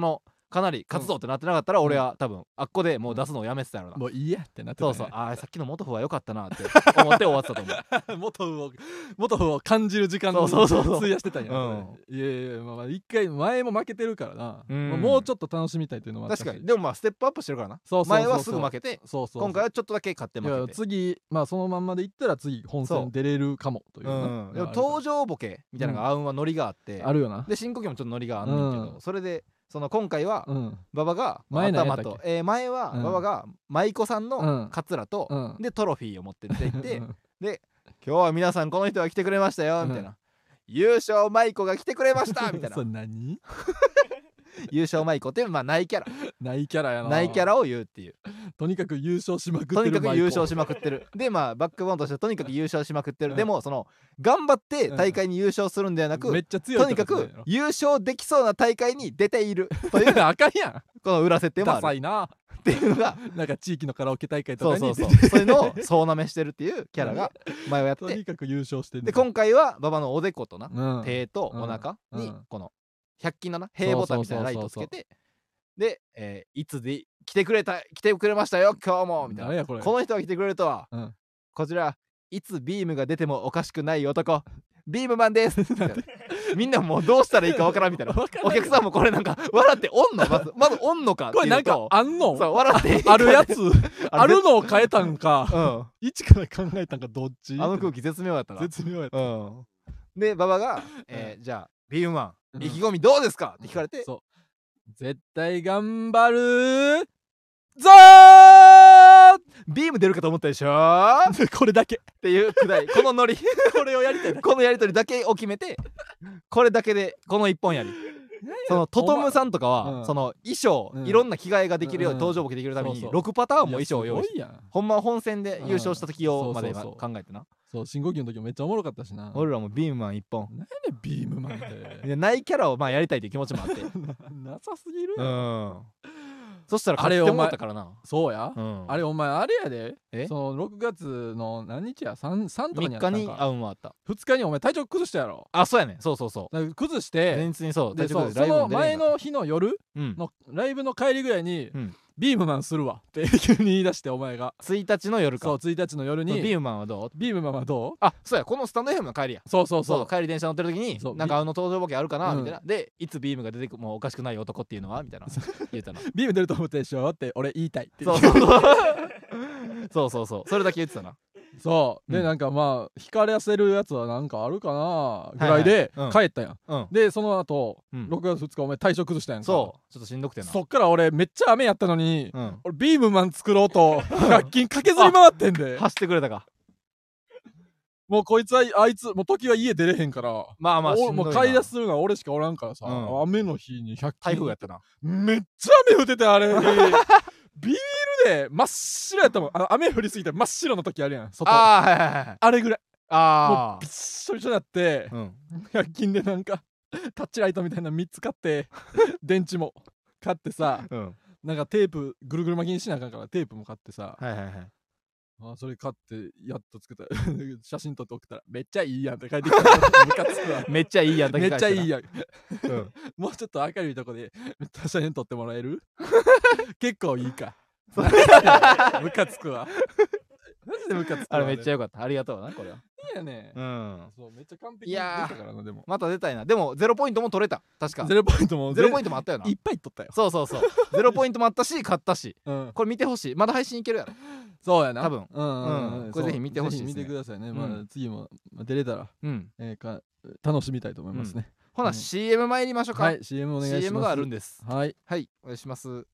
かなり勝つぞってなってなかったら、俺は多分あっこでもう出すのをやめてたやろな。
もういいやってなってた、ね、
そうそう、あーさっきの元フは良かったなって思って終わってたと思う。
元フを元フを感じる時間
そうそうそうそう
費やしてたんや、
うん
これいやいやまあまあ一回前も負けてるからな、
うん
まあもうちょっと楽しみたいというのもあったし、
確かに。でもまあステップアップしてるからな。
そうそうそうそう
前はすぐ負けて、
そうそうそう
今回はちょっとだけ勝って
いや
負けて。
次まあそのまんまでいったら次本
そう
戦出れるかもという
う
な、
ん、でも登場ボケみたいなのがあうんはノリがあって、
あるよな。
で深呼吸もちょっとノリがあんねんけど、
うん
それでその今回は
うん
馬場が
前何やった
頭
っけ
と、えー前は
うん
馬場が舞妓さん
う
の
ん
カツラと、
うん
でトロフィーを持って出て行って
うん
で今日は皆さんこの人が来てくれましたよみたいな、優勝舞妓が来てくれましたみたいな
それ何
優勝舞妓ってまあないキャラ
ないキャラやな。
ないキャラを言うっていう、
とにかく優勝しまくってる
とにかく優勝
し
しまくってるでまあバックボーンとしてとにかく優勝しまくってる、でもその頑張って大会に優勝するんではなく、
めっちゃ強い
とにかく優勝できそうな大会に出ているという
あかんやん
この裏設定も
ダ
ある
サいな。
っていうのが
なんか地域のカラオケ大会とかに
そうそうそうそういうのを総なめしてるっていうキャラが前はやって
とにかく優勝してる
で今回は馬場のおでことな、
うん
手とお腹に
うん
このひゃく均のな平ボタンみたいなライトをつけてで、えーいつで来てくれた来てくれましたよ今日もみたいな、
誰やこれ
この人が来てくれるとは、
うん
こちらいつビームが出てもおかしくない男ビームマンですみたいなみんなもうどうしたらいいかわからんみたいな
わからん
お客さんもこれなんか笑っておんのまずまずおんのかっていうの
これなんか
と
あんの
そう笑っていいか
あるやつ
あ
あるのを変えたんか
うん
一から考えたんかどっち
あの空気絶妙やったな。
絶妙やった
うん。で、馬場が、えーじゃあ、ビームマ
うん
ン、意気込みどうですかって聞かれて、
そう絶対頑張るぞー
ビーム出るかと思ったでしょっ
これだけ
ていうくだり、このノリ、
これをやりたいだけ
このやりとりだけを決めて、これだけで、この一本やり。そのトトムさんとかは、
うん
その衣装、
うん
いろんな着替えができるように
うん
登場ボケできるために
そうそう
ろくパターンも衣装を用意して
いやすごいやん
ほんまは本戦で優勝した時用まで
うんそうそう
考えてな。
そう深呼吸の時もめっちゃおもろかったしな
俺らもビームマン一本。
何やねんビームマンっ
い
て
やないキャラをまあやりたいという気持ちもあって。
ななさすぎる
う
やん
ん。そしたら勝ってもらったからな。
そうや
うん。
あれお前あれやで
え
そのろくがつの何日や 3, 3とかにや
3日に
ったんか
会うんはあった。
ふつかにお前体調崩したやろ
あ、そうやねん。そうそうそう。
だから崩し
前
て
日にそう、
で
体調
そうその
崩してライブも出れ
前
へんかっ
の日の夜
たうん。
のライブの帰りぐらいに
うん
ビームマンするわって急に言い出してお前が
ついたちの夜か。
そうついたちの夜に
ビームマンはどう
ビームマンはどう
あ、そうや、このスタンド エフエム の帰りや。
そうそうそう
そう帰り電車乗ってる時に
そう
なんかあの登場ボケあるかな
うん
みたいな。で、いつビームが出てくるもうおかしくない男っていうのはみたいな。言うたな。
ビーム出ると思ったでしょって俺言いたいって
そうそうそう。そうそうそう。それだけ言ってたな。
そうで、
うん
なんかまあ光らせるやつはなんかあるかなぐらいで
はいはいうん
帰ったやん、
うん。
でその後、
うん
ろくがつふつかお前体調崩したやんか
そう。ちょっとしんどくてな。
そっから俺めっちゃ雨やったのに、
うん。
俺ビームマン作ろうと百均駆けずり回ってんで
走ってくれたか。
もうこいつはあいつもう時は家出れへんから
まあまあ、し
お
んどいな
もう買い出するのは俺しかおらんからさ、
うん
雨の日にひゃく均
台風やったな。
めっちゃ雨降っててあれビビるで真っ白やったもんあの雨降りすぎて真っ白の時あるやん外あ
ああ、はいはいはい。
れぐらいも
あ
うびっしょびしょになって
あ。うん。
ひゃく均でなんかタッチライトみたいなみっつ買って電池も買ってさ
うん。
なんかテープぐるぐる巻きにしなあかんからテープも買ってさ
はいはいはい。
あそれ買ってやっとつけた写真撮って送ったらめっちゃいいやんって帰ってきたムカつくわ
めっちゃいいやんだ
め
け
っちゃいいやん
やん。うん。
もうちょっと明るいとこで写真撮ってもらえる結構いいかムカつくわマジでムカつくわ
あれめっちゃ
い
良かった。ありがとうな、これは。
いやね
うん。
そうめっちゃ完璧に
いやー
出たからなでも
また出たいな。でも、ゼロポイントも取れた。確か。
ゼロポイントも
ゼロポイン
ト
トもあったよな。
いっぱい取ったよ、
そうそうそう。ゼロポイントもあったし、買ったし。
うん、
これ見てほしい。まだ配信いけるやろ。
そうやな
多分
うんうん
うんこれぜひ見てほしい
そう
ですね
ぜひ見てくださいね、
うん
まあ次もまあ出れたら、
うん。
えーか楽しみたいと思いますね、
ほな、
うん
シーエム 参りましょうか。
はい シーエム お願いします
シーエム があるんです。
はい
はい、お願いします。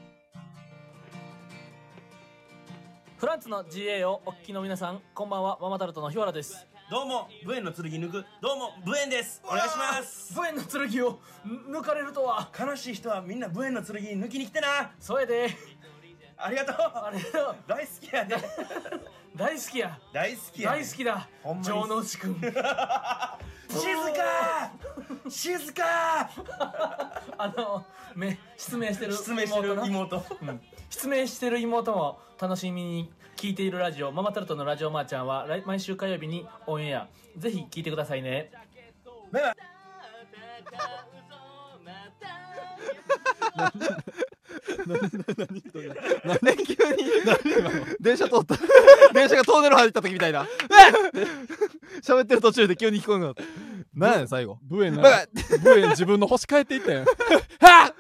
フランツの ジーエー をお聞きの皆さん、こんばんは。ママタルトの日原です。
どうもブエンの剣抜くどうもブエンですお願いします
ブエンの剣を抜かれるとは。
悲しい人はみんなブエンの剣抜きに来てな
それで
ありがとう
あれだ
大好きやで
大好きや
大好きや
大好きだ
ほんまに
城之内くん
静か静か
あのめ失明してる
失明してる
な
妹
うん失明してる妹も楽しみに聞いているラジオママタルトのラジオマーちゃんは来毎週火曜日にオンエアぜひ聞いてくださいね。
バイバイ
何人が
なんで急に電車通った電車がトンネル入った時みたいな喋ってる途中で急に聞こえなかった。何やねん最後。
ブエンな
バカ
ブエン自分の星変えていったやんはっ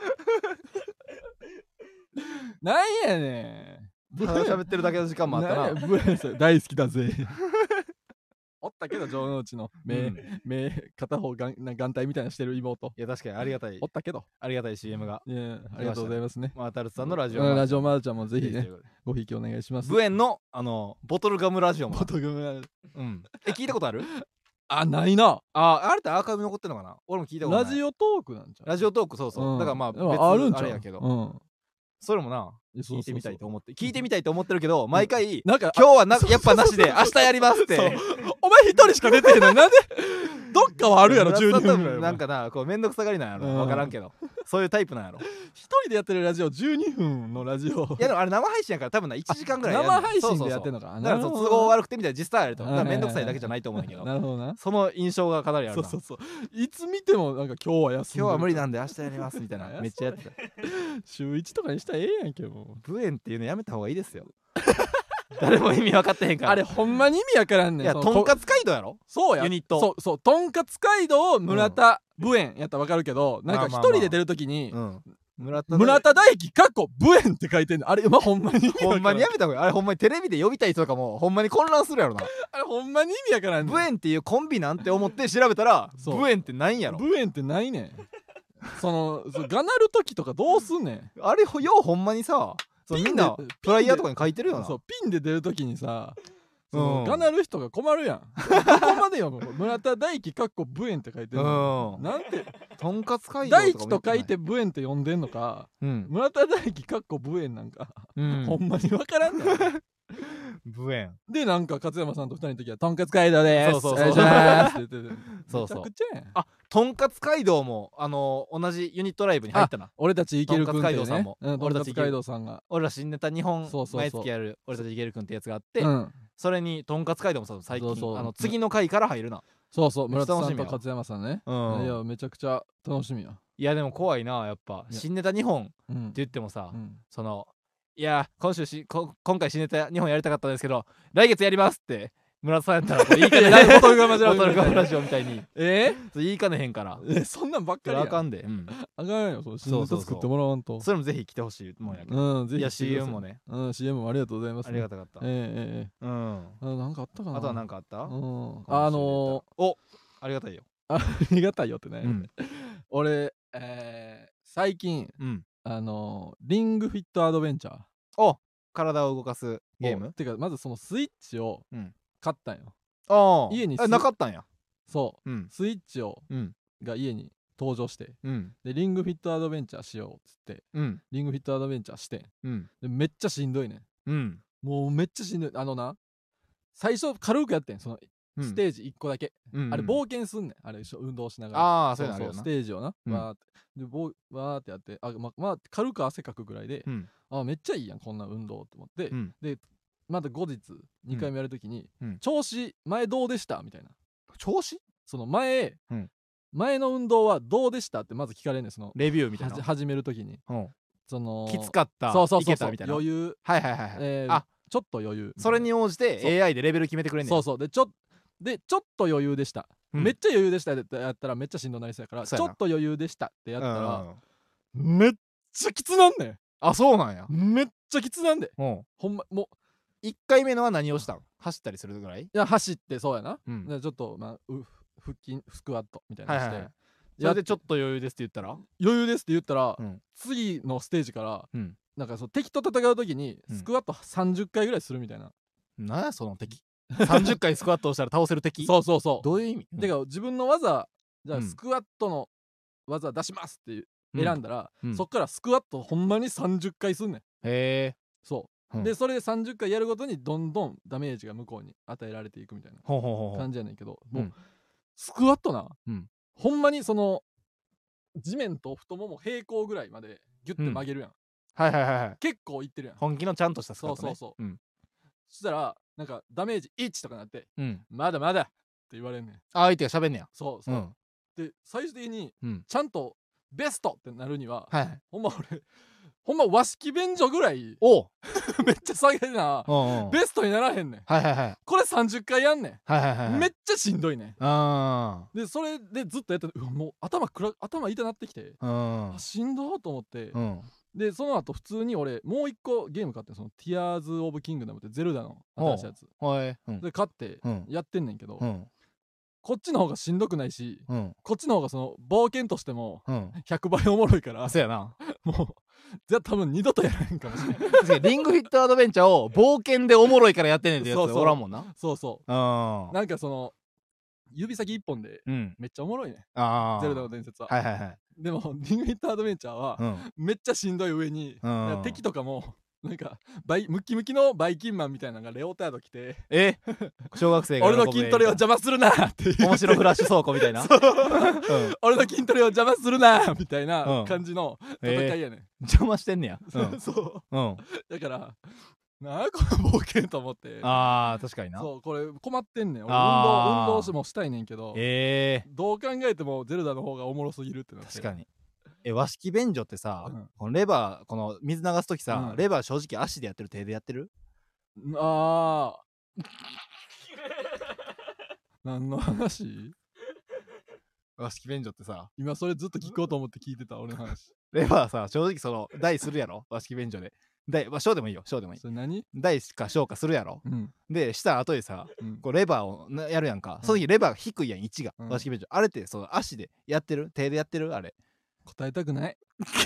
なんやねん
ただ喋ってるだけの時間もあったな。
なんやブエンさん大好きだぜおったけど城之内の目、
うん
目片方がんな眼帯みたいなしてる妹
いや確かにありがたい
おったけど
ありがたい シーエム が
いやありがとうございますね
マータルトさんのラジオ
うんラジオ
マ
マーちゃんもぜひねごひいきお願いします
ブエンのあのボトルガムラジオも
ボトルガム
うんえ聞いたことある？
あないな
ああれってアーカイブ残ってんのかな？俺も聞いたことない。
ラジオトークなんじゃん
ラジオトークそうそう、
うん
だからまあ
でも
別
あるんちゃう
あれやけど、
うん
それもな
えそうそうそう
聞いてみたいと思って聞いてみたいと思ってるけど毎回
なんか
今日はなやっぱなしで明日やりますって
そうお前一人しか出てへんのになんでどっかはあるやろじゅうにふんぐらいは
なんかなこうめんどくさがりなんやろ
うん
分からんけどそういうタイプなんやろ。
一人でやってるラジオじゅうにふんのラジオ
いやでもあれ生配信やから多分ないちじかんぐらいやんの
生配信でやってん
そう
のか
そうそうだからそう都合悪くてみたいな実際あるとだからめんどくさいだけじゃないと思うんやけど
なるほどな
その印象がかなりあるな。
そうそうそういつ見てもなんか今日は休んでる
今日は無理なんで明日やりますみたいなめっちゃやってた。
週いちとかにしたらええやんけも
ブエンっていうのやめた方がいいですよ誰も意味分かってへんから。
うあれほんまに意味わからんねん
いや
その
とんかつ街道やろ
そうや
ユニット
そうそうとんかつ街道村田ブエンやったらわかるけどなんか一
まあまあまあ
人で出るときに
うん村田
村田大樹かっこブエンって書いてんのあれまあほんまに意味わから
ほんまにやめた方がいい。あれほんまにテレビで呼びたい人とかもほんまに混乱するやろな。
あれほんまに意味わからんねん
ブエンっていうコンビなんて思って調べたら
そう
ブエンってなんやろ。
ブエンってないねんそのそがなる時とかどうすんねん
あれほようほんまにさそうみんな
ピンで
フライヤーとかに書いてるよな。
そうピンで出る時にさその
うん
がなる人が困るやんどこまでよ村田大樹かっこブエンって書いてるの
うん
なんて
とんかつ街道
大
とかも言ってない
樹と書いてブエンって呼んでんのか
うん
村田大樹かっこブエンなんか、
うん
ほんまにわからんねん
ブエン
でなんか勝山さんと二人の時は「とんかつ街道です
そうそうそう
お願いします」って言ってて
そうそう
めちゃくちゃやん
あとんかつ街道もあの同じユニットライブに入ったな。
俺たちいけるくんっていう
とんかつ街道さんも
ねうんとんかつ
俺たちいける
街道さんが
俺ら新ネタにほん
そうそうそう
毎月やる俺たちいけるくんってやつがあって、
うん
それにとんかつ街道もさ最近
そうそう
あの次の回から入るな。
そうそう
めっ
村田さんと
ちゃ楽しみや
勝山さんね
うん
いやめちゃくちゃ楽しみや
いやでも怖いなやっぱ
いや
新ネタにほんって
うん
言ってもさ、
うん
そのいや今週しこ今回新ネタにほんやりたかったんですけど来月やりますって村田さんやったらこれ言いかね
いやボトルガムラジオ
ボトルガムラジオみたいに
え
そう言いかねへんから
えそんなんばっかりや
それあかんで、うん、
あかんよそう新ネタ
そうそうそう
作ってもらわんと
それもぜひ来てほしいもんやけど、
うんぜひ
いや シーエム もね
うん シーエム もありがとうございます
ありがたかった、
ええええ
うん
あなんかあったかな
あとは何かあった、
うんあの
おありがたいよ
ーありがたいよってね
うん
俺えー最近
うん
あのーリングフィットアドベンチャー
お体を動かすゲーム
てかまずそのスイッチを
うん
買ったんよ
ああ
家にす
えなかったんや
そう
うん
スイッチを
うん
が家に登場して
うん
でリングフィットアドベンチャーしようっつって
うん
リングフィットアドベンチャーしてん
うん
でめっちゃしんどいねん
うん
もうめっちゃしんどいあのな最初軽くやってんその
うん
ステージいっこだけ、
うん
あれ冒険すんねんあれ運動しながら
ああそ
そううそう
いうのあるよな
ステージをな、
うん
わーってでぼわーってやってあままあ軽く汗かくぐらいで、
うん
あめっちゃいいやんこんな運動と思って、
うん
でまた後日にかいめやるときに、
うん
調子前どうでしたみたいな
調子
その前、
うん
前の運動はどうでしたってまず聞かれんねんその
レビューみたいな
はじ始めるときに
うん
その
きつかった
そうそう
い
そうそう
けたみたいな
余裕、
はいはいはいはい、
えー
あ
ちょっと余裕
それに応じて
そう
エーアイ でレベル決めてくれんねん
そうそうでちょでちょっと余裕でした、
うん
めっちゃ余裕でしたってやったらめっちゃしんどなりそうやからち
そうやな
ょっと余裕でしたってやったら
うん
めっちゃきつなんね
あそうなんや
んめっちゃきつなんで
うん
ほんまもう
いっかいめのは何をしたん走ったりするぐらい
いや走ってそうやな、
うん
でちょっとまあう腹筋スクワットみたいなのして、
はいはいはいそれでちょっと余裕ですって言ったら
余裕ですって言ったら、
うん
次のステージから
うん
なんかそう敵と戦う時に
うん
スクワットさんじゅっかいぐらいするみたいな、
なんやその敵さんじゅっかいスクワットをしたら倒せる敵
そうそうそう
どういう意味
てか自分の技じゃあ
うん
スクワットの技出しますって
うん
選んだら、
うん
そっからスクワットほんまにさんじゅっかいすんねん
へえ
そう、
うん
でそれでさんじゅっかいやるごとにどんどんダメージが向こうに与えられていくみたいな
ほうほうほうほう
感じやねんけど、
うん
もうスクワットな、
うん
ほんまにその地面と太もも平行ぐらいまでギュッて曲げるやん、
はいはいはいはい
結構いってるやん
本気のちゃんとしたスクワットね
そうそうそう
うん
そしたらなんかダメージいちとかなって
うん
まだまだって言われんねん
あ相手が喋んねや
そうそう、
うん
で最終的に
うん
ちゃんとベストってなるには、
はいはい
ほんま俺ほんま和式便所ぐらい
おう
めっちゃ下げな
うんうん
ベストにならへんねん。
はいはいはい
これさんじゅっかいやんね
はいはいはい
ん。めっちゃしんどいねん。
あ
でそれでずっとやっててうわもう頭くら頭痛なってきて、
ーうん
あしんどーと思って、
うん
でその後普通に俺もう一個ゲーム買って、そのティアーズ・オブ・キングダムってゼルダの新しいやつ
はいうん
で買って
うん
やってんねんけど、
うん
こっちの方がしんどくないし、
うん
こっちの方がその冒険としても
うん
ひゃくばいおもろいから
そうやな
もうじゃあ多分二度とやらへんかもしれない
確かにリングフィットアドベンチャーを冒険でおもろいからやってんねんってやつ
そうそう
おらんもんな
そうそう
うん
なんかその指先一本で
うん
めっちゃおもろいね
ああ
ゼルダの伝説は、
はいはいはい
でもリングフィットアドベンチャーは
うん
めっちゃしんどい上に、
うん
いや敵とかもなんかバイムッキムキのバイキンマンみたいなのがレオタード着て
え小学生が
俺の
喜ぶ
筋トレを邪魔するなっていう
面白フラッシュ倉庫みたいなうん
俺の筋トレを邪魔するなみたいな
うん
感じの戦いやねん、
邪魔してんねやうん
そう
うん
だからなあこの冒険と思って
あー確かにな
そうこれ困ってんねん俺運動
あー
運動してもしたいねんけど、
ええ
どう考えてもゼルダの方がおもろすぎるってなって
確かにえ和式便所ってさ、
うん
このレバーこの水流す時さ、
うん
レバー正直足でやってる手でやってる
あー何の話
和式便所ってさ
今それずっと聞こうと思って聞いてた俺の話
レバーさ正直その台するやろ和式便所で台まあ小でもいいよ小でもいい
それ何
台か小かするやろ
うん
でした後でさ
うん
こうレバーをなやるやんか、
うん
その時レバーが低いやん位置が、
うん
和式便所あれってその足でやってる手でやってるあれ
答えたくない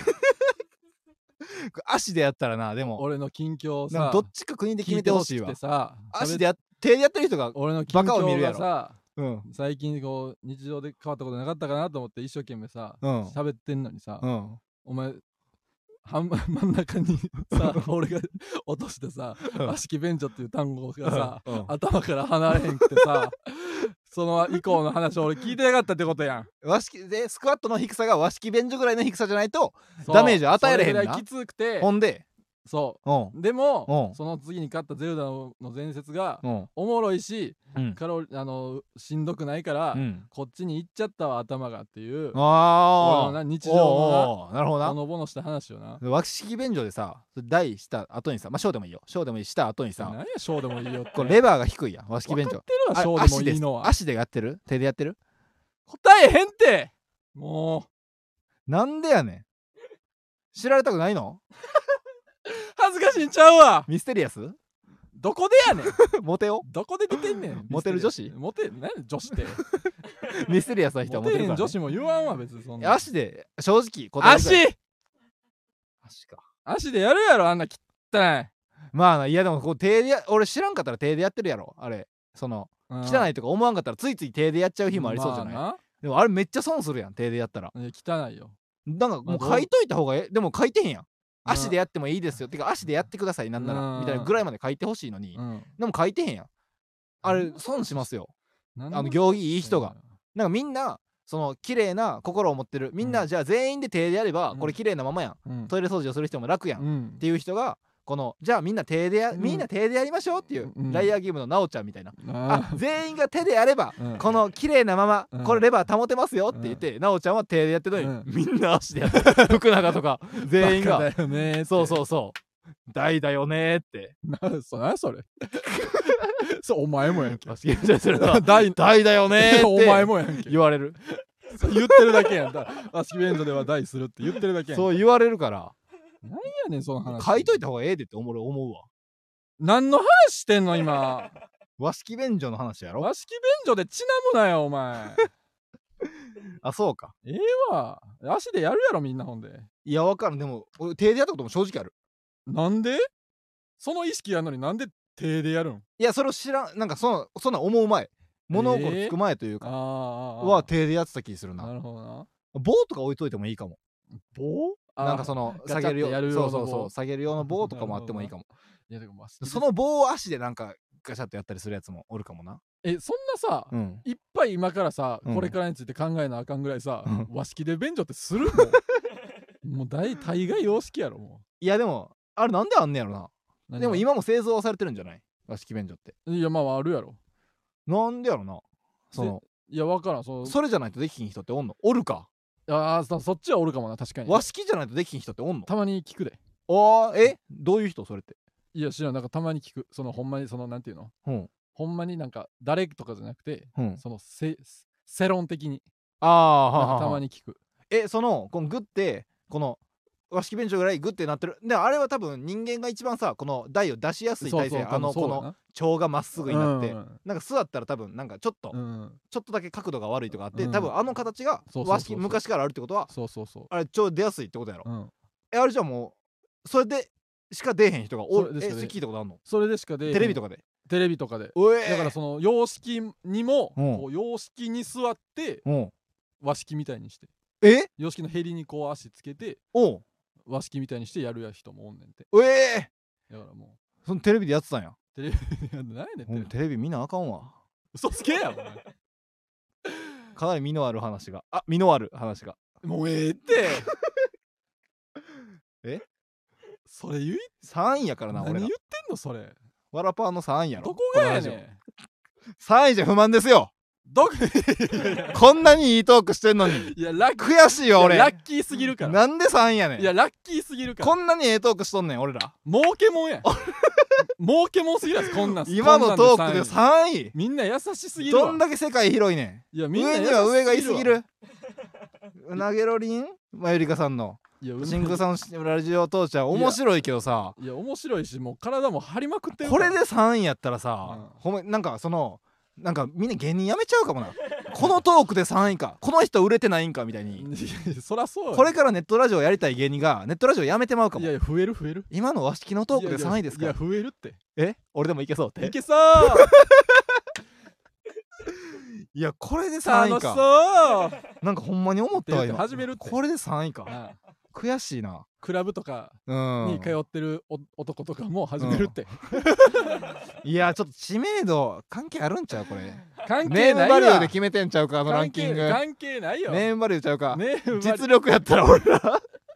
足でやったらなでも
俺の近況をさ
なんかどっちか国で決めてほしいわ
聞てさ
足でや手でやってる人が
俺の近
バカを見
況
るやろ
がさ
うん
最近こう日常で変わったことなかったかなと思って一生懸命さ
うん
喋ってんのにさ
うん
お前半分真ん中にさ俺が落としてさ
うん
和式便所っていう単語がさ
うん
頭から離れへんくてさその以降の話を俺聞いてなかったってことやん
和式でスクワットの低さが和式便所ぐらいの低さじゃないと
そう
ダメージを与えれへんな
それぐらいきつくて
ほんで
そううんでも
うん
その次に勝ったゼルダの前説が
うん
おもろいし
うん
カロリあのしんどくないから
うん
こっちに行っちゃったわ頭がっていう俺
ああ
のな日常の
ななるほどな
なほのぼのした話よな
和式便所でさ台した後にさまあ小でもいいよ小でもいいした後にさ
何や小でもいいよって
これレバーが低いやん和式便所
分かってるわ
あ
小でも
足で
いいのは
足でやってる手でやってる
答えへんってもう
なんでやねん知られたくないの
恥ずかしいんちゃうわ
ミステリアス
どこでやねん
モテよ
どこで出てんねん
モテる女子
モテ何女子って
ミステリアスな人は
モテへん
モテるから、ね、
女子も言わんわ別にそんな
足で正直答える
足
足か
足でやるやろあんな汚い
まあないやでもこう手でや俺知らんかったら手でやってるやろあれその汚
い
いとか思わんかったらついつい手でやっちゃう日もありそうじゃない、
ま
でもあれめっちゃ損するやん手でやったら
あないや汚いよ
なんかもう
まあどう
書いといた方がええでも書いてへんやん
うん
足でやってもいいですよてか足でやってくださいなんな
うん
らみたいなぐらいまで書いてほしいのに
うん
でも書いてへんやんあれ損しますよ
何
あの行儀いい人がなんかみんなその綺麗な心を持ってるみんな、
うん
じゃあ全員で手でやれば
うん
これ綺麗なままやん、
うん
トイレ掃除をする人も楽やん、っ
うん
ていう人がこのじゃあみんな手でや、
うん
みんな手でやりましょうっていう、
うん
ライアーゲームのなおちゃんみたいな、
あ
あ全員が手でやれば、
うん
この綺麗なまま、
うん
これレバー保てますよって言って、なおちゃんは手でやってるのに、
うん
みんな足でやってる福永とか全員
バカ
が
だよねーって
そうそうそう大だよねーって
なそ何それそうお前もやんけ
バスケットするの
大
大だよねー
お
って
前もやんけ
言われる
そう言ってるだけやんだ和式便所では大するって言ってるだけやん
そう言われるから
何やねんその話
書いといた方がええでって思う思うわ
何の話してんの今
和式便所の話やろ
和式便所で血なむなよお前
あそうか
ええわ足でやるやろみんなほんで
いやわかるでも俺手でやったことも正直ある
なんでその意識やんのになんで手でやるん
いやそれを知らんなんかそのそんなん思う前物心つく前という
あ
か、
ーあー
は手でやってた気するな
なるほどな
棒とか置いといてもいいかも
棒
なんかその
ガチャって
下げるよ
やる用の
そうそうそ
棒
う下げる用の棒とかもあってもいいかも
いやでもまあ
その棒を足でなんかガチャってやったりするやつもおるかもな
えそんなさ、
うん
いっぱい今からさ、
うん
これからについて考えなあかんぐらいさ、
うん
和式で便所ってするもうもう大大概様式やろも
いやでもあれなんであんねやろ
う
なでも今も製造はされてるんじゃない和式便所って
いやまああるやろ
なんでやろなその
いやわからんその
それじゃないとできひん人っておんのおるか
ああ そ, そっちはおるかもな確かに。
和式じゃないとできひん人っておんの？
たまに聞くで。
あーえどういう人それって？
いや知らん、なんかたまに聞く。そのほんまにそのなんていうの、
うん
ほんまになんか誰とかじゃなくて、
うん
そのせ世論的に
ああは
なんかた
あはあはあ
まに聞く。
えそのこのグってこの和式便所ぐらいグってなってるであれは多分人間が一番さこの台を出しやすい体勢あのこの腸がまっすぐになって、
うん
なんか座ったら多分なんかちょっと、
うん
ちょっとだけ角度が悪いとかあって、
うん
多分あの形が
そうそうそうそう
和式昔からあるってことは
そうそうそう
あれ腸出やすいってことやろ、
うん
えあれじゃあもうそれでしか出えへん人がお
それでしか出え
えそれ聞いたことあんの？
それでしかで
テレビとかで
テレビとかで
おえ
だからその洋式にも
うん
こう洋式に座って
うん
和式みたいにして
え
洋式のヘリにこう足つけて
おう
和式みたいにしてやるや人もおんねんて。
おえ
だからも
そのテレビでやってたんや。
うテレビ何やねんテレビ
ほんテレビ見なあかんわ。
嘘つけやお前
かなり身のある話があ身のある話が
もうええって
え
それ言い
さんいやからな
何言ってん
俺ら
のそれ。
ワラパーのさんいやろ
どこがや
このラジオ
ねん
さんいじゃ不満ですよ。
どこ
こんなにいいトークしてんのに
いやラッキー
悔しいよ俺。
いやラッキーすぎるから。
なんでさんいやねん。
いやラッキーすぎるから。
こんなにええトークしとんねん俺ら。
儲けもんや儲けもんすぎるやつこんなん
今のトークで
ん
さんい
みんな優しすぎるわ。
どんだけ世界広いねん。
いやみんな
上
優し
には上がいす
わ
ぎる。うなげろりんまゆりかさんの
いや
シングさんラジオ父ちゃん面白いけどさ
いや面白いしもう体も張りまくってる
こ
から
れでさんいやったらさ、
うん
ほんまなんかそのなんかみんな芸人やめちゃうかもなこのトークでさんいかこの人売れてないんかみたいに
いやそらそうよ
これからネットラジオやりたい芸人がネットラジオやめてまうかも。
いやいや増える増える
今の和式のトークでさんいですか？
いやいや増えるって
え俺でもいけそうって
いけそう
いやこれでさんい
楽し
か
そう
なんかほんまに思ったわ今
始めるって
これでさんいか
ああ
悔しいな。
クラブとか
うん
に通ってるお男とかも始めるって、
いやちょっと知名度関係あるんちゃうこれ
関
ネーム
係ないわ
バリューで決めてんちゃうかあのランキング。
関係ないよ
ネームバリューちゃうか、
ネームバリ
実力やったら俺ら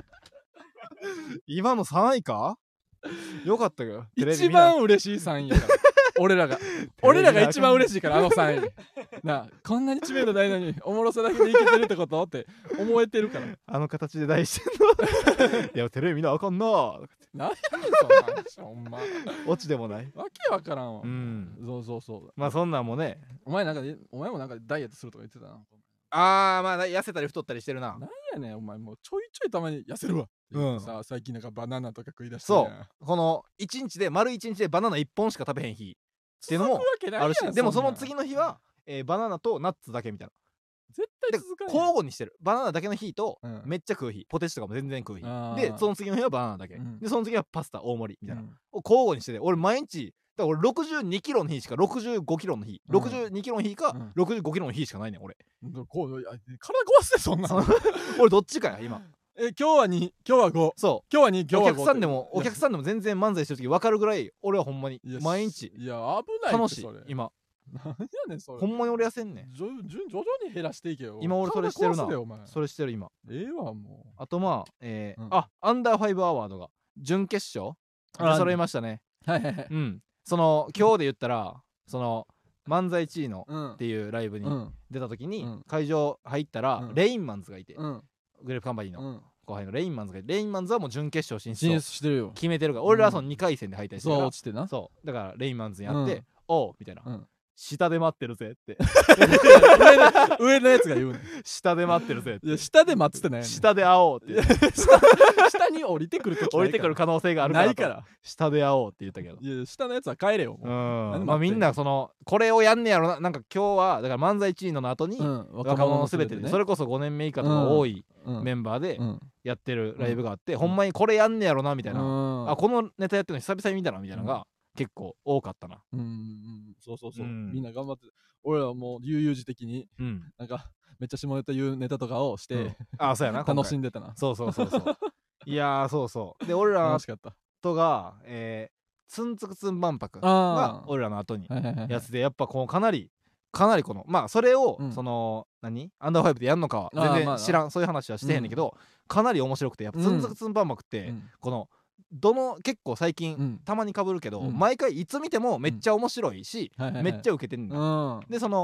今のさんいかよかったよテレビ
一
見な
番嬉しいさんいやから俺らが俺らが一番嬉しいからあのさんいなあこんなに知名度ないのにおもろさだけでいけてるってことって思えてるから
あの形で大してんのいやテレビ見なあかんな
何やねんそんな話ほんま
オチでもない。
わけわからんわ、
うん
そうそうそう
まあそんなんもね
お前なんかお前もなんかダイエットするとか言ってたな。
あーまあ痩せたり太ったりしてるな。
なんやねんお前もうちょいちょいたまに痩せるわ、
うん
さあ最近なんかバナナとか食い出して
そうこのいちにちで丸いちにちでバナナいっぽんしか食べへん日っていうのもあるしでもその次の日は、えーバナナとナッツだけみたいな
絶
で
対続かない
交互にしてるバナナだけの日と、
うん
めっちゃ食う日ポテチとかも全然食う日
あー
でその次の日はバナナだけ、
うん
でその次はパスタ大盛りみたいな、
うん
を交互にしてて俺毎日だから俺ろくじゅうにキロの日しかろくじゅうごキロの日、
うん
ろくじゅうにキロの日か、
うん
ろくじゅうごキロの日しかないねん俺
こういや体壊してそんなの
俺どっちかや今
え今日はに今日はご
そ
今日はに今
うお
日はご
客さんでも
いや
お客さんでも全然漫才してる時分かるぐらい俺はほんまに
いや
毎日
いや危ないって
楽しい
それ
今
なんやねんそれ
ほんまに俺痩せんねん
徐々徐々に減らしていけよ
今俺それしてるな
体壊すでお前
それしてる今
ええわも
あとまあえー
うん
あアンダーファイブアワードが準決勝
あ
出揃いましたね
うはいはいはい
うんその今日で言ったらその漫才地位の
うん
っていうライブに
うん
出た時に
うん
会場入ったら
うん
レインマンズがいて
うん
グレープカンパニーの
うん
後輩のレインマンズがいてレインマンズはもう準決勝進出
進
を
出してるよ
決めてるから俺らはそのにかい戦で敗退してる
そう
から
落ちてな
そうだからレインマンズに会っ
うん
ておうみたいな
うん
下で待ってるぜって
上の上のやつが言うねん
下で待ってるぜって
いや下で待つってないねん
下で会おうって言って
下に降りてくると
降りてくる可能性があるから
ないから
下で会おうって言ったけど
いや下のやつは帰れよ
う
もうなんで待ってんの
んまあみんなそのこれをやんねやろななんか今日はだから漫才チーノの後に
うん
若者のすべてでそれこそごねんめ以下とか多いメンバーで
うん
やってるライブがあってほんまにこれやんねやろなみたいな
うん
あこのネタやってるの久々に見たなみたいなのが結構多かったな
うんうんそうそうそう
うん
みんな頑張って俺らはもう悠々自適に
うん
なんかめっちゃ下ネタ言うネタとかをし
うん
て
あそうやな今回
楽しんでたな
そうそうそうそういやーそうそうで俺ら
楽しかった
とがえーツンツクツン万博
あ
が
ー
俺らの後に
はいはいはい
やつでやっぱこうかなりかなりこのまあそれを
うん
その何アンダーファイブでやんのかは
あー
全
まあ
然知らんそういう話はしてへんねんけどかなり面白くてやっぱツンツクツン万博って
うん
このどの結構最
う
近
ん
たまにかぶるけど
うん
毎回いつ見てもめっちゃ面白いし
はいはいはい
めっちゃウケてんだ
うん
でその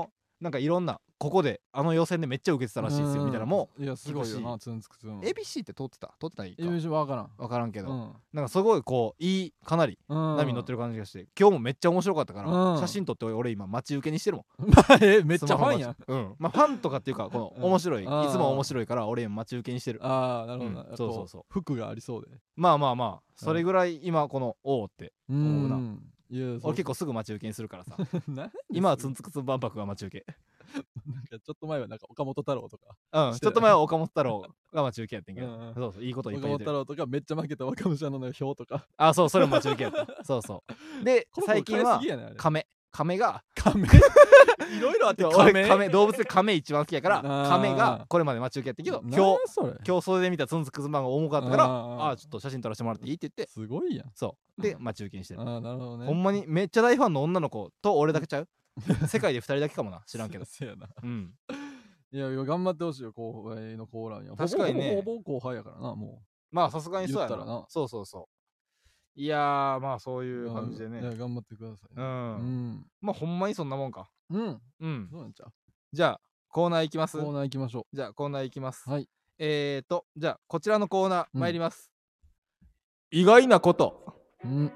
なんかいろんなここであの予選でめっちゃ受けてたらしいですよみたいなも
ういやすごいよ
聞くし
なツンツクツン
エービーシー って通ってた通ってないか
エービーシー 分からん
分からんけど、
うん
なんかすごいこういいかなり波に乗ってる感じがして、今日もめっちゃ面白かったから、
うん
写真撮って俺今待ち受けにしてるもん。
えめっちゃファンやん
スマホ待ちうんまあファンとかっていうかこの
うん
面白い、いつ
あー
も面白いから俺今待ち受けにしてる。
ああなるほどな、
うんそうそうそう
こ服がありそうで
まあまあまあそれぐらい今このおおって
う
思うな。
んいや
俺結構すぐ待ち受けにするからさ
構
今はツンツクツン万博が待ち受け
なんかちょっと前はなんか岡本太郎とか
うんちょっと前は岡本太郎が待ち受けやってんけど
うんうん
そうそういいこといっ
岡
ぱい言ってる。
本太郎とかめっちゃ負けた若武者の表とか
あそうそれも待ち受けやったそうそうで
この子
最近は
変えすぎやねあれ
亀亀が
亀いろいろあって
俺
亀
亀動物で亀一番好きやから
あー
亀がこれまで待ち受けやってんけど
なん
今日
やそれ
今日それで見たツンツクツンマンが重かったから
あー
あーちょっと写真撮らせてもらっていいって言って
すごいやん
そうで待ち受けにしてる。
ああなるほどね
ほんまにめっちゃ大ファンの女の子と俺だけちゃう世界でふたりだけかもな知らんけど
せやな
うん
いやいや頑張ってほしいよ後輩のコーラには
確かにね
ほぼほぼほぼ後輩やからなも
まあさすがにそうや
言ったらな
そうそうそういやーまあそう
う
いう感じで
い
ね
や頑張ってくださいね
うん、
うん
まあほんまにそんなもんか
うん
うん
そうなんちゃう
じゃあコーナーいきます
コーナー行きましょ
じゃあコーナーいきます
はい
えーとじゃあこちらのコーナー
うん
参ります、意外なこと
ううん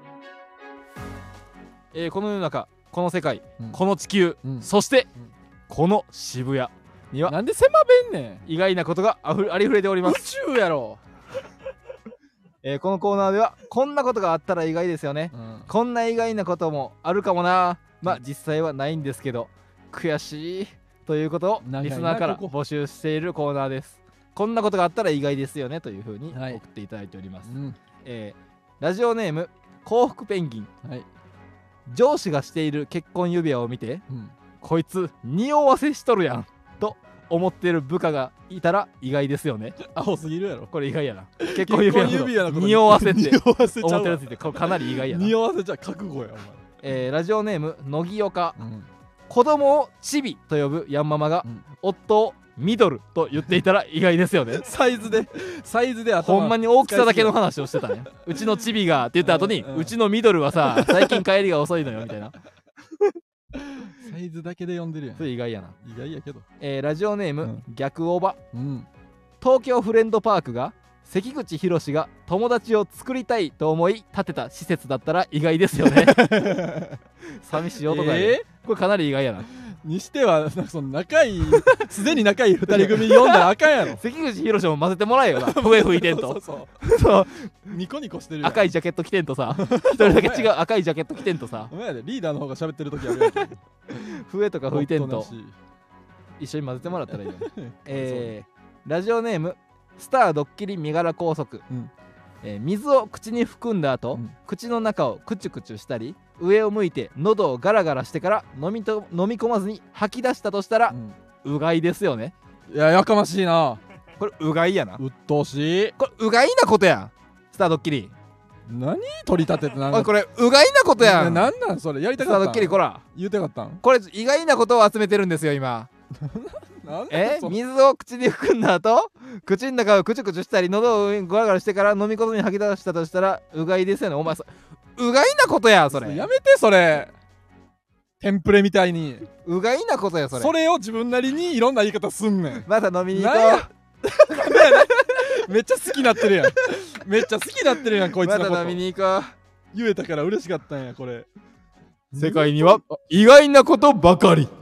えーこの世の中この世界、
うん
この地球、
うん
そして、
うん
この渋谷には
なんで狭べんね
意外なことがあふれありふれており
ん宇
ます、
宙やろ
えーこのコーナーではこんなことがあったら意外ですよね、
うん
こんな意外なこともあるかもなまあ実際はないんですけど悔しいということを
長いな
リスナーから
ここ
募集しているコーナーです。こんなことがあったら意外ですよねというふうに
はい
送っていただいております、
うん
えーラジオネーム幸福ペンギン。
はい
上司がしている結婚指輪を見て
うん
こいつ匂わせしとるやんと思ってる部下がいたら意外ですよね。
青すぎるやろ
これ意外やな。結婚指輪の
結婚指輪のこと
匂わせって
匂わせちゃうわ
思ってるやついてこれかなり意外やな。
匂わせちゃう覚悟や
えーラジオネーム乃木岡。
お前うん
子供をチビと呼ぶヤンママが、
うん
夫をミドルと言っていたら意外ですよね。
サイズでサイズで頭
ほんまに大きさだけの話をしてたね。うちのチビがって言った後に、
うんうん
うちのミドルはさ最近帰りが遅いのよみたいな。
サイズだけで呼んでるやん
それ意外やな。
意外やけど
えーラジオネーム、
うん
逆おば。
うん
東京フレンドパークが関口宏が友達を作りたいと思い建てた施設だったら意外ですよね。寂しい男やね、
え
これかなり意外やな。
にしてはなんかその仲いいすでに仲いい二人組読んだらあかんやろ
関口宏も混ぜてもらえよな。笛吹いてんと
そうそう
そう
ニコニコしてるやん
赤いジャケット着てんとさ一人だけ違う赤いジャケット着てんとさ
お前やでリーダーの方が喋ってる時あるやんけ
笛とか吹いてんと
おとなしい
一緒に混ぜてもらったらいいよ、えー、ラジオネームスタードッキリ身柄拘束、
うん
えー水を口に含んだ後、
うん
口の中をクチュクチュしたり上を向いて喉をガラガラしてから飲みと飲み込まずに吐き出したとしたら
う、ん
うがいですよね。
いややかましいな
これうがいやな。
鬱陶しい
これうがいなことやん。スタードッキリ
何取り立ててなんか
おいこれうがいなことやん。
ななんなんそれやりた
スタード
かったん
ッキリこら
言うたかったん
これ意外なことを集めてるんですよ今。
なん
え
そ
水を口に含んだ後口の中をクチュクチュしたり喉をゴラゴラしてから飲み込みに吐き出したとしたらうがいですよね。お前そうがいなことやそれ。
やめてそれテンプレみたいに
うがいなことやそれ。
それを自分なりにいろんな言い方すんねん
また飲みに行こ
なんやめっちゃ好きなってるやんめっちゃ好きなってるやんこ
う。
いつのこと
また飲みに行こ
言えたから嬉しかったんやこれ
う。世界には意外なことばかり。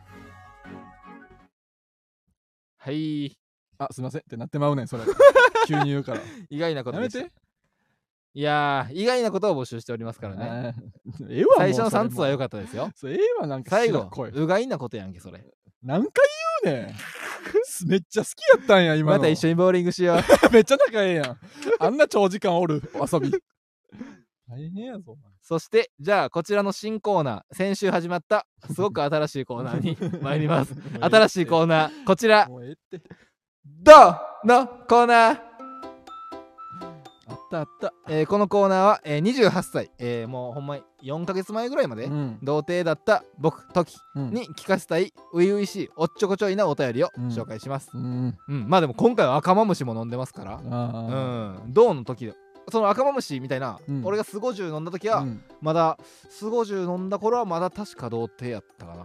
はい
あすいませんってなってまうねんそれ急に言うから
意外なことでした。
やめて
いやー意外なことを募集しておりますからね。
あーええわ
最初のさんつは良
か
かったですよ。
ったええわなんか
最後
白声
うがいなことやんけそれ。
何回言うねんめっちゃ好きやったんや今の
また一緒にボーリングしよう。
めっちゃ仲ええやんあんな長時間おる遊び大変やぞ
そしてじゃあこちらの新コーナー先週始まったすごく新しいコーナーに参ります。新しいコーナーこちら
もうええって
どうのコーナー、
あったあった
えーこのコーナーは、えーにじゅうはっさい、えーもうほんまによんかげつまえぐらいまで、
うん
童貞だった僕トキ
うん
に聞かせたい初々しいおっちょこちょいなお便りを
うん
紹介します、
うん
うんまあでも今回は赤マムシも飲んでますから
あ
うん銅の時でその赤マムシみたいな、
うん
俺がスゴジュウ飲んだ時は、
あうん
まだスゴジュウ飲んだ頃はまだ確か童貞やったかな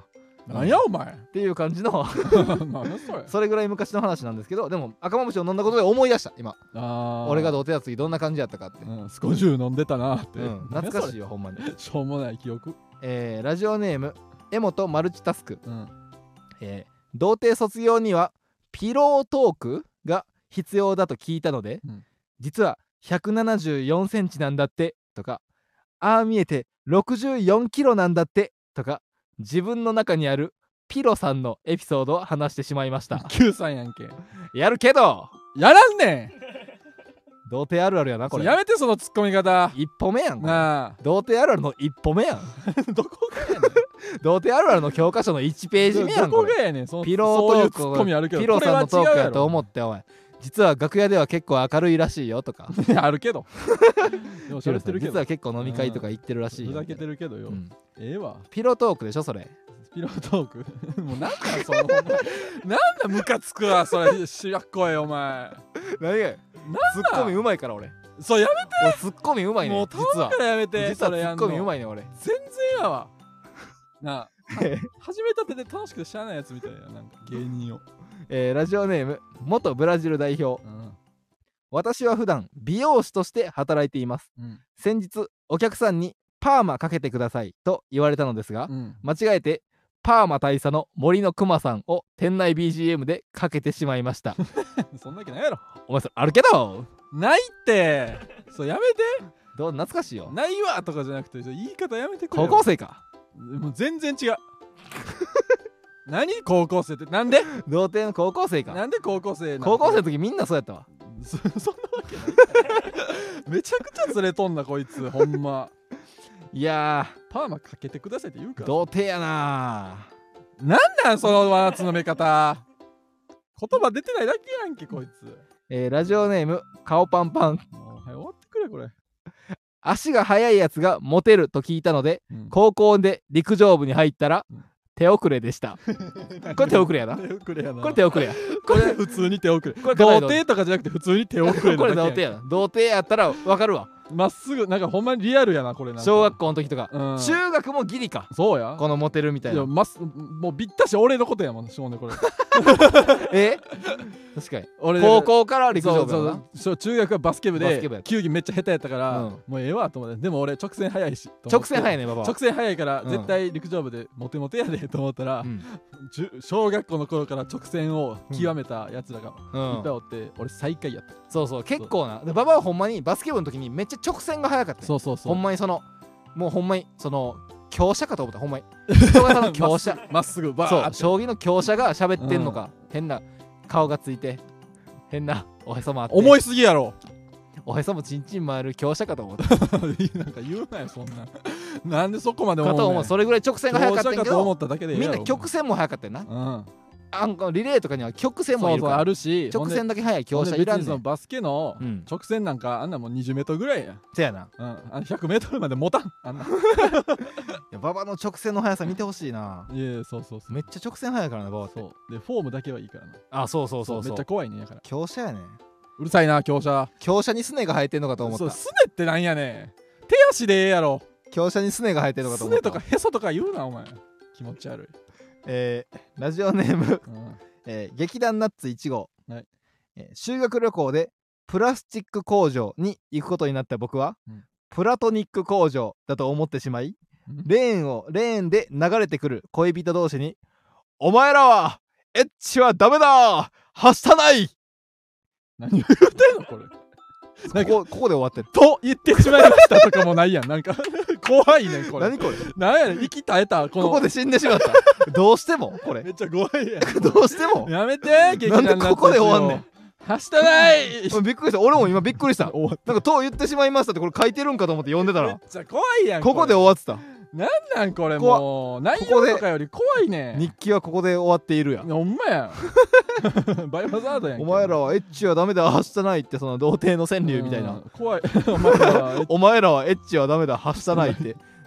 なんやお前
っていう感じの
なんやそれ
それぐらい昔の話なんですけど、でも赤まぶしを飲んだことで思い出した今。
あ
俺が童貞やった時どんな感じやったかって、
うんスコジュー飲んでたなって、
うん、懐かしい
よ
よほんまに。
しょうもない記憶。
えー、ラジオネームエモとマルチタスク、
うん
えー、童貞卒業にはピロートークが必要だと聞いたので、
うん、
実はひゃくななじゅうよんセンチなんだってとか、ああ見えてろくじゅうよんキロなんだってとか、自分の中にあるピロさんのエピソードを話してしまいました。
Q さんやんけ。
やるけど
やらんね
童貞あるあるやなこれ。
んやめてそのツッコミ方
一歩目やんこれ。
な
童貞あるあるの一歩目やん
あどこがやねん
童貞あるあるの教科書のいちページ目やん
ど
これ。
こがやねんその
ピロー
そういう
トー
ツッコミあるけど
クピロさんのトークやと思
っ
って、お前実は楽屋では結構明るいらしいよとか
てあるけどでも喋ってるけど
実は結構飲み会とか行ってるらしいよ、
ふざけてるけどよ、
うん
ええわ
ピロトークでしょそれ。
ピロートークもうなんだそのなんだムカつくわそれしらっこいお前
何がツッコミうまいから俺
そうや
俺ツッコミうまい
めてもう
ね実は
頼むからやめて
実はツ
それやんの
ッコミうまいね俺。
全然やわなあ始めたてで楽しくてしゃあないやつみたいななんか芸人を、
えーラジオネーム元ブラジル代表。
うん
私は普段美容師として働いています。
うん
先日お客さんにパーマかけてくださいと言われたのですが、
うん、
間違えてパーマ大佐の森のくまさんを店内 ビージーエム でかけてしまいました
そんなわけないやろ
お前それあるけど
ないってそうやめて
どう懐かしいよ。
ないわとかじゃなくて言い方やめてくれ
高
よ
校生か。
もう全然違う何高校生ってなんで
童貞の高校生か。
なんで高校生なの
高校生の時みんなそうやったわ。
そそんなわけないめちゃくちゃずれとんなこいつほんま
いや
パーマかけてくださいって言う
ー
から
童貞やな
なんなんそのワーツの目方言葉出てないだけやんけこいつ
えーラジオネーム顔パンパン。
もうはい終わってくれこれ、
足が速いやつがモテると聞いたので
うん
高校で陸上部に入ったら
うん
手遅れでしたこれ手遅れやな。
手遅れやな
これ手遅れや。
これ普通に手遅れ
これ
童貞とかじゃなくて普通に手遅れ
これ童
なだけやん
貞やな。童貞やったら分かるわ。
まっすぐなんかほんまにリアルやなこれなんか
小学校の時とか、
うん
中学もギリか
そうや
このモテるみたいな。
いやますもうびったし俺のことやもんしょうねこれ
え確かに
俺
高校から陸上部
そう
やな。
そうそう中学はバスケ部
バスケ部やった
で球技めっちゃ下手やったから、
うん
もうええわと思ってでも俺直線速いし
直線速い
ね
ねババは
直線速いから
うん
絶対陸上部でモテモテやでと思ったら、
うん
じゅ小学校の頃から直線を極めたやつらが
うん
いっぱいおって、俺最下位やった
そうそう結構なでババはほんまにバスケ部の時にめっちゃ直線が速かったよ。
そうそうそう
ほんまにそのもうほんまにその強者かと思ったほんまに人型の強者
まっすぐバ
そう
ーって
将棋の強者が喋ってんのか、変な顔がついて変なおへそもあって
重いすぎやろ
おへそもちんちん回る強者かと思った
なんか言うなよそんななんでそこまで思うねん
かと思う。それぐらい直線が速かったんやけ
強者かと思
ど
っただけでええやろ
みんな曲線も速かったよな。
うん
あんリレーとかには曲線もいるから
そうそうあるし
直線だけ速い強
ほんで
者いらんねん。
別にそのバスケの
うん
直線なんかあんなもんにじゅうメートルぐらいや、
せやな。
うん、あのひゃくメートルまで持たんあんない
やババの直線の速さ見てほしいな。
いやいやそうそうそう
めっちゃ直線速いからなババって。
そうでフォームだけはいいからな
あそうそうそうそう
めっちゃ怖いねやから
強者やねん。
うるさいな強者
強者にすねが生えてんのかと思った。
そうすねってなんやねん手足でええやろ
強者にすねが生えてんのかと
す
思った。
ねとかへそとか言うなお前気持ち悪い、
えーラジオネーム、
うん、
えー劇団ナッツいち号、
はい
えー修学旅行でプラスチック工場に行くことになった僕は、
うん
プラトニック工場だと思ってしまい、
うん
レーンをレーンで流れてくる恋人同士に「お前らはエッチはダメだはしたない!」
何を言ってんのこれなんか
ここここで終わってる。
と言ってしまいましたとかもないやんなんか怖いねんこれ
何これ
なんやねん息絶えたこの
ここで死んでしまったどうしてもこれ
めっちゃ怖いやん
どうしても
やめて劇団
なんでここで終わんねん。
はしたない
びっくりした。俺も今びっくりした。
終わっ
なんか「と言ってしまいました」ってこれ書いてるんかと思って読んでたら
めっちゃ怖いやん
ここで終わってた。
なんなんこれ
怖っ
もう内
ここで
容とかより怖いねん
日記はここで終わっているやん。
ほんまやんバイオハザードやんけ
お前らはエッチはダメだはしたないってその童貞の川柳みたいな
うん怖いお前らは
お前らはエッチはダメだはしたないって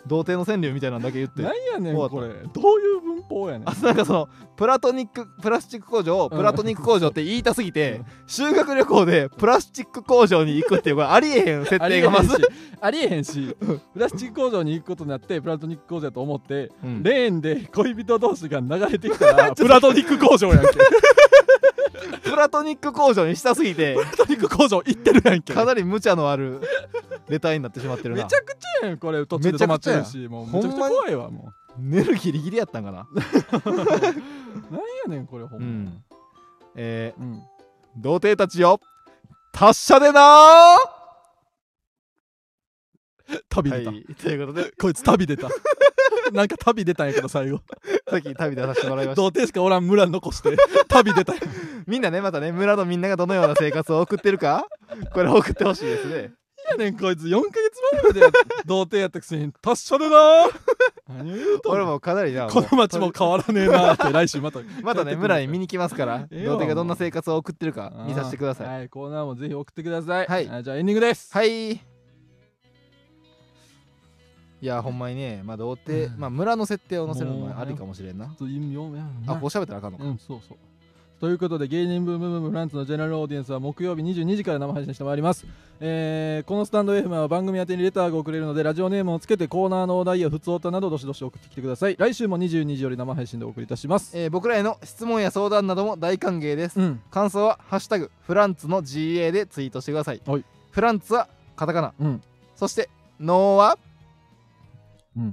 童貞の川柳みたいなんだけ言って
なんやねん
終わった
これどういう文法やねん
あなんかそのプラトニックプラスチック工場をプラトニック工場って言いたすぎて、
うん
修学旅行でプラスチック工場に行くっていうこれありえへん設
ありえへん
定がまず
しありえへんしプラスチック工場に行くことになってプラトニック工場やと思って、
うん
レーンで恋人同士が流れてきたらプラトニック工場やんけ
プラトニック工場にしたすぎて
プラトニック工場行ってるやんけ
かなり無茶のあるレターになってしまってるな
めちゃくちゃやんこれ途中で止まってるしもうめちゃくちゃ怖いわも
寝るギリギリやったんかな
うなんやねんこれほんま、
うんえー、
うん
童貞たちよ達者でなー
旅出た、
はいということで
こいつ旅出たなんか旅出たんやけど最後
さっき旅でさせてもらいました
童貞しかおらん村残して旅出たんや
みんなねまたね村のみんながどのような生活を送ってるかこれ送ってほしいですね
やねんこいつよんかげつまえまでや童貞やったくせに達者でなー何を言うとんねん
俺もかなりな
この街も変わらねえなーって来週また
またね村に見に来ますから
ええわ
童貞がどんな生活を送ってるか見させてください
はいコーナーもぜひ送ってください
はい
あじゃあエンディングです
はいいやほんまにねまあ童貞、
うん
まあ村の設定を載せるの
もう
もありかもしれんな
ちょっと意味読めやん
あこう喋ったらあかんのか
うんそうそうということで芸人ブームブームフランツのジェネラルオーディエンスは木曜日にじゅうにじから生配信してまいります、えー、このスタンド エフエム は番組宛てにレターが送れるのでラジオネームをつけてコーナーのお題や普通歌などどしどし送ってきてください。来週もにじゅうにじより生配信でお送りいたします。
えー僕らへの質問や相談なども大歓迎です、
うん
感想は「ハッシュタグフランツの ジーエー」でツイートしてください、
はい
フランツはカタカナ
うん
そしてノーは
うん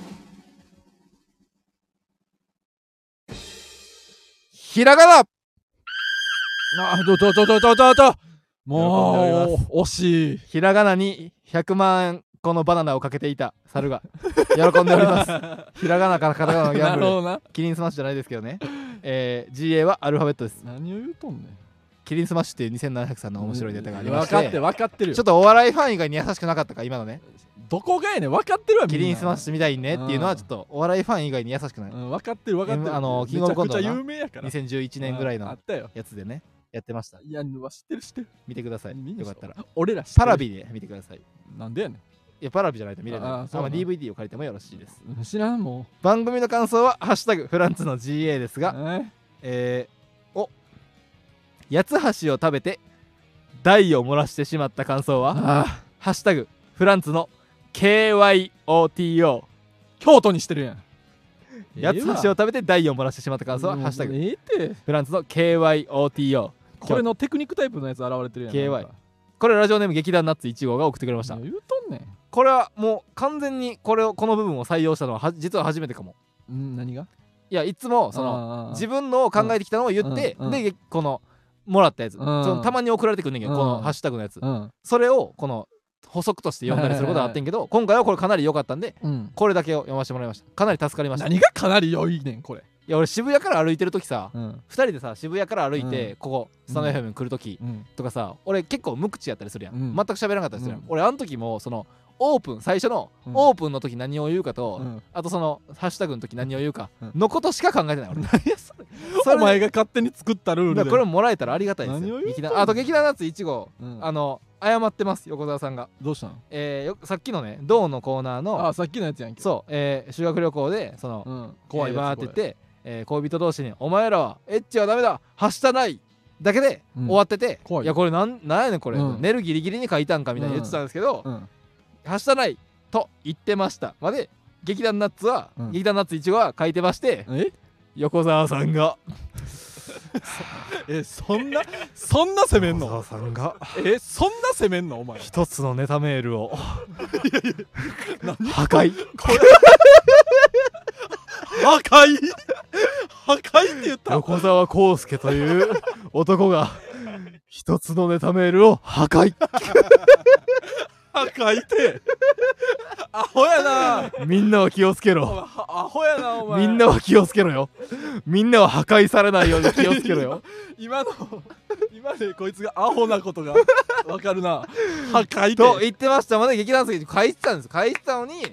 ひらがな
あちょちょちょちょちょちょちょも
喜んでおり
う惜しい
ひらがなにひゃくまん個のバナナをかけていた猿が喜んでおりますひらがなからカタカナのギャンブル
なるほどな
キリンスマッシュじゃないですけどね、えー、ジーエー はアルファベットです。
何を言うとんねん
キリンスマッシュっていうにせんななひゃくさんの面白いネタがありまし
分かって
て、
分かってるよ
ちょっとお笑いファン以外に優しくなかったか今のね
どこがやねん分かってるわみんな
キリンスマッシュみたいにねっていうのはちょっとお笑いファン以外に優しくない
うん分かってる分かってる
あのキングオブコントのな
めちゃくちゃ有名やから
にせんじゅういちねんぐらいの
ああったよ
やつでねやってました。
いや知ってる知ってる
見てください
みんな
よかったら
俺ら知ってる
パラビで見てください。い
なんでやね
やパラビじゃないと見れないあまあ
あーそうなん
ディーブイディー を借りてもよろしいです。
ん知らんも
番組の感想は「ハッシュタグフランツの ジーエー」です
う
が
え
えー、お八つ橋を食べて大を漏らしてしまった感想は
あ
「ハッシュタグフランツの ケーワイオーティーオー」
京都にしてるやん
八つ橋を食べて大を漏らしてしまった感想は「ハッシュタグ
ええって
フランツの ケーワイオーティーオー」
これのテクニックタイプのやつ現れてるやん
ケーワイ
なんか
これラジオネーム劇団ナッツいち号が送ってくれました。
何言うとんね
これはもう完全にこれをこの部分を採用したのはは実は初めてかも。
んん何が
いやいつもその
の
自分のを考えてきたのを言って、
うんうん
でこのもらったやつ、
ん
そのたまに送られてくるんだけど、
うん
このハッシュタグのやつ、
うん
それをこの補足として読んだりすることがあってんけど、今回はこれかなり良かったんで
うん
これだけを読ませてもらいました。かなり助かりました。い
何がかなり良いねんこれ
や俺渋谷から歩いてる時さ、
うん
ふたりでさ渋谷から歩いて、
うん
ここスタンド エフエム に来る時
うん
とかさ、俺結構無口やったりするやん、
うん
全く喋らなかったりするやん、
うん
俺あの時もそのオープン最初の
うん
オープンの時何を言うかと、
うん
あとそのハッシュタグの時何を言うか
うん
のことしか考えてない俺
お前が勝手に作ったルールで
だからこれももらえたらありがたいです
何を言う
よ劇団あと劇団ナッツいち号、
うん
あの謝ってます横澤さんが、
どうしたん
えーよさっきのね銅のコーナーの
あさっきのやつやんけ
そう、えー修学旅行でその、
うん怖い
えーバー
やつこれ
って言って、えー恋人同士に「お前らはエッチはダメだはしたない」だけで
うん
終わってて、
怖い
いやこれなんなんやねんこれ、
うん
寝るギリギリに書いたんかみたいに言ってたんですけど、
うん
はしたないと言ってましたまで劇団ナッツは、
うん
劇団ナッツいち号は書いてまして
え
横澤さんが
えそんなそんな攻めん
横
の
澤さんが
えそんな攻めんのお前
一つのネタメールを破壊
破壊破壊って言った
横澤康介という男が一つのネタメールを破壊
破壊ってアホやな
みんなは気をつけ
お前
ろ
はアホやなお前
みんなは気をつけろよみんなは破壊されないように気をつけろよ
今の今でこいつがアホなことがわかるな破壊って
と言ってましたまで劇団生書いてたんです書いてたのに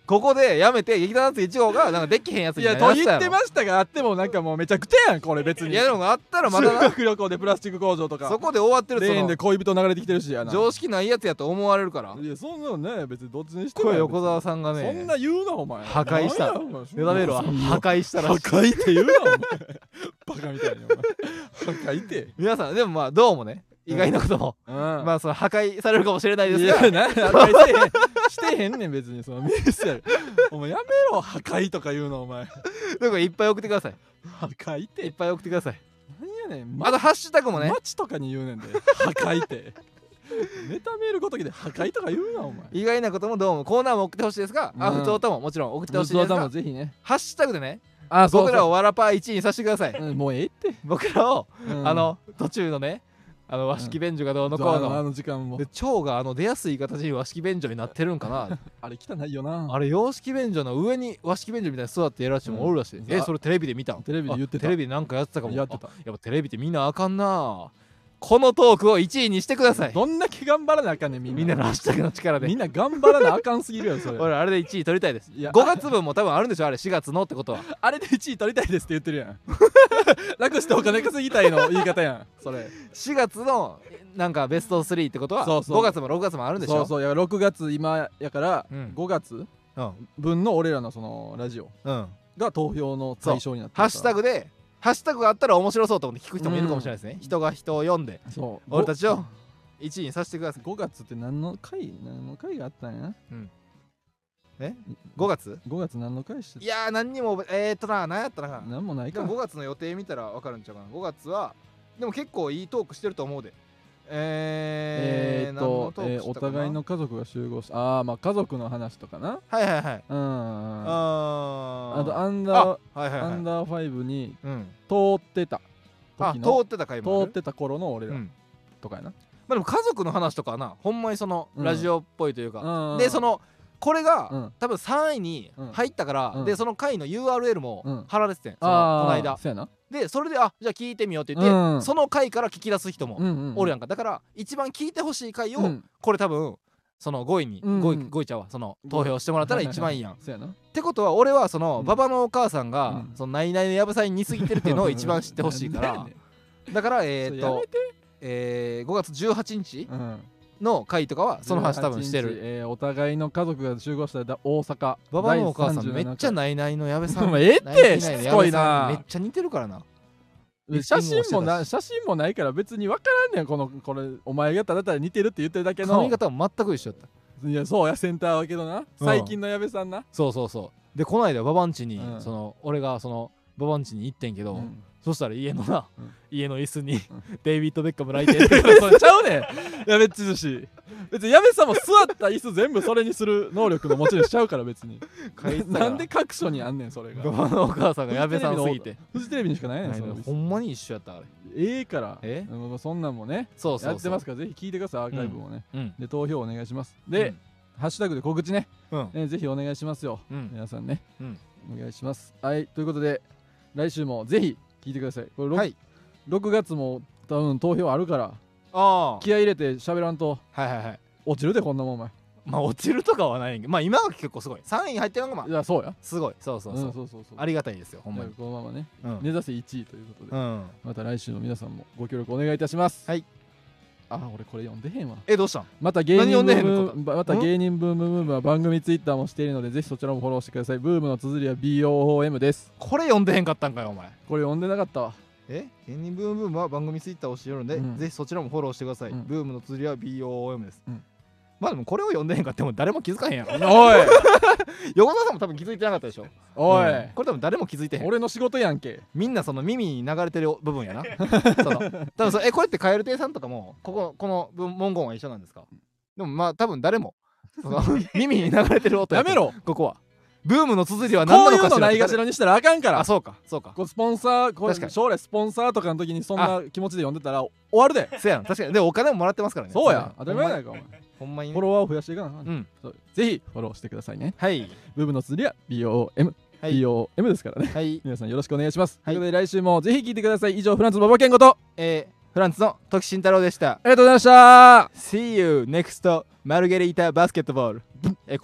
ここでやめて劇団夏いち号がなんかできへんやつ
い
にな
やと言
りましたやろ
ってましたがあってもなんかもうめちゃくちゃやんこれ別に
いやでもあったらまだ
修
な
学旅行でプラスチック工場とか
そこで終わってるその
レーンで恋人流れてきてるしやな
常識ないやつやと思われるから
いやそんなのね別にどっちにしても
これ横澤さんがね
そんな言うなお前
破壊した
なんやお前
目覚めるわ
そんな
破壊したら
破
しい
壊って言うなお前バカみたいにお前破壊って
皆さんでもまあどうもね意外なことも、
うん
まあその破壊されるかもしれないです
い
が
やな破壊してへんしてへんねん別にそのミスやお前やめろ破壊とか言うのお前
だからいっぱい送ってください
破壊って
いっぱい送ってください
なんやねん
あとハッシュタグもね
街とかに言うねんで破壊ってネタメールごときで破壊とか言うなお前
意外なこともどうもコーナーも送ってほしいですが、
うん
アフトーとももちろん送ってほしいです
さん
が
もぜひね
ハッシュタグでね
あ
僕らをわらぱーいちいにさせてください
うんもうええって
僕らを、
うん
あの途中のねあの和式便所がどうのこうの、
あのあの時間も
で腸があの出やすい形に和式便所になってるんかな
あれ汚いよな
あれ洋式便所の上に和式便所みたいに座ってやらしてもおるらしい、
うん
えそれテレビで見たん
テレビで言ってた
あテレビでなんかやってたかも
やってた
あやっぱテレビってみんなあかんなこのトークをいちいにしてください
どんだけ頑張らなあかんねんみんな
みんなのハッシュタグの力で
みんな頑張らなあかんすぎるよそれ
俺あれでいちい取りたいです
いや
ごがつぶんも多分あるんでしょあれしがつのってことは
あれでいちい取りたいですって言ってるやん楽してお金稼ぎたいの言い方やんそれ
しがつのなんかベストスリーってことは
そうそう
ごがつもろくがつもあるんでしょ
そうそういやろくがつ今やから
うん
ごがつ
うん
分の俺らのそのラジオ
うん
が投票の対象になってる
ハッシュタ
グ
グでハッシュタグがあったら面白そうと思って聞く人もいるかもしれないですね、人が人を読んで
そう
俺たちをいちいにさせてください
ごがつって何の回何の回があったんや
えごがつ
ごがつ何の回して
いやー何にもえーっとな何やったな
何もないか
でもごがつの予定見たら分かるんちゃうかなごがつはでも結構いいトークしてると思うでえー、
えーっ
何の
と、えーお
トークしてたかな
互いの家族が集合しああまあ家族の話とかな
はいはいはい
うんうん
あー
あとアン
あ
ダー
はいはいはい
アンダーファイブに
うん
通ってた
あ通
時の
ってた回もある
通ってた頃の俺ら
うん
とかやな
まあでも家族の話とかはなほんまにその
うん
ラジオっぽいというか、
うん
でそのこれが、
うん
多分さんいに入ったから、
うん
でその回の ユーアールエル も
うん
貼られててん、その
ああ
この間
そうやな
でそれであじゃあ聞いてみようって言って、
うん
その回から聞き出す人も
うんうん
おるやんかだから一番聞いてほしい回を、
うん
これ多分そのごいに、
うん
ごいごいちゃうわその投票してもらったら一番いいやんっ
そうやな
てことは俺はその、
うん
馬場のお母さんが、
うん
そのナイナイのやぶさんに似すぎてるっていうのを一番知ってほしいから
なんやねん
だからえー、っと
それやめて
えー、ごがつじゅうはちにち
うん
の回とかはその話多分して
じゅうはちにち
る
えーお互いの家族が集合した大阪
馬場のお母さんめっちゃ
な
ナイナイのやべさん
お前ええって
ナイナイの
しつこいな
矢部さんめっちゃ似てるからな
写真もな
リップインもしてたし
写真もないから別に分からんねんこのこれお前がただただ似てるって言ってるだけの
髪型も全く一緒やった
いやそうやセンターはけどな最近の矢部さんな
そうそうそうでこの間ババンチに、
うん
その俺がそのババンチに行ってんけど、
うん
そしたら家のな、
うん
家の椅子に、
ん
デイビッド・ベッカム来店って
それちゃうねん矢部寿司別に矢部さんも座った椅子全部それにする能力の持ち主ちゃうから別に
書いてたから
なんで各所にあんねんそれ
バ
が
バのお母さんが矢部さんすぎて
フジテレビにしかないねんその
ほんまに一緒やったあれ
ええから
え
うんそんなんもね
そうそうそう
やってますからぜひ聞いてくださいアーカイブもね
うん
で投票お願いしますでハッシュタグで告知ね
うん
ねぜひお願いしますよ
うん
皆さんね
うん
お願いしますはいということで来週もぜひ聞いてくださいこれ ろく,、
はい
ろくがつも多分投票あるから
あ
気合い入れて喋らんと
あはいはいはい
落ちるでこんなもんお前
まあ落ちるとかはないんやけどまあ今は結構すごいさんいに入ってるのがまあ
いやそうや
すごいそうそうそう、
うんそうそうそう
ありがたいですよほんま
じゃあ
に
このままね
うん、
目指せいちいということで
うん、
また来週も皆さんもご協力お願いいたします
はい
あ俺これ読んでへんわ
えどうしたん
また芸人ブ
何読んでへんの
ームまた芸人ブームムームは番組ツイッターもしているのでぜひそちらもフォローしてくださいブームの綴りは ビーオーオーエム です
これ読んでへんかったんかよお前
これ読んでなかったわ
え芸人ブームブームは番組ツイッターをしているので、
うん
ぜひそちらもフォローしてください、
うん
ブームの綴りは ビーオーオーエム です、
うん
まあでもこれを読んでへんかっても誰も気づかへんやろ
おい
横澤さんも多分気づいてなかったでしょ
おい、
うんこれ多分誰も気づいてへん
俺の仕事やんけ
みんなその耳に流れてる部分やなその多分それえこれって蛙亭さんとかもこここの文文言は一緒なんですかでもまあ多分誰もその耳に流れてる音と
やめろ
ここはブームの綴りは何
こういうの
なのかしら
ないがしらにしたらあかんから
あそうかそうか
こうスポンサーこ
確かに
れ将来スポンサーとかの時にそんな気持ちで読んでたら終わるで
せやん確かにでお金ももらってますからね
そうや当たり前やないかお前
ほんまにね
フォロワーを増やしていかなあかん
うん
そうぜひフォローしてくださいね
はい
ブームの綴りは ビーオーエム
はい
ビーオーエム ですからね
はい
皆さんよろしくお願いしますと
はいいう
ことで来週もぜひ聞いてください以上フランスの馬場健吾と
えー、フランスの時慎太郎でした
ありがとうございました
See you next マルゲリータバスケットボールえーこれは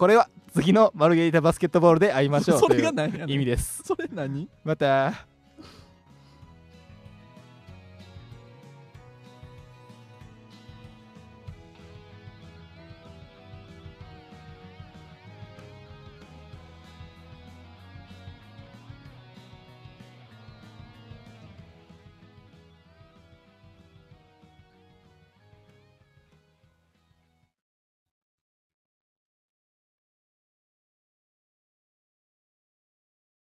次のマルゲリータバスケットボールで会いましょう
それ
という
が何やねん
意味です。
それ何
また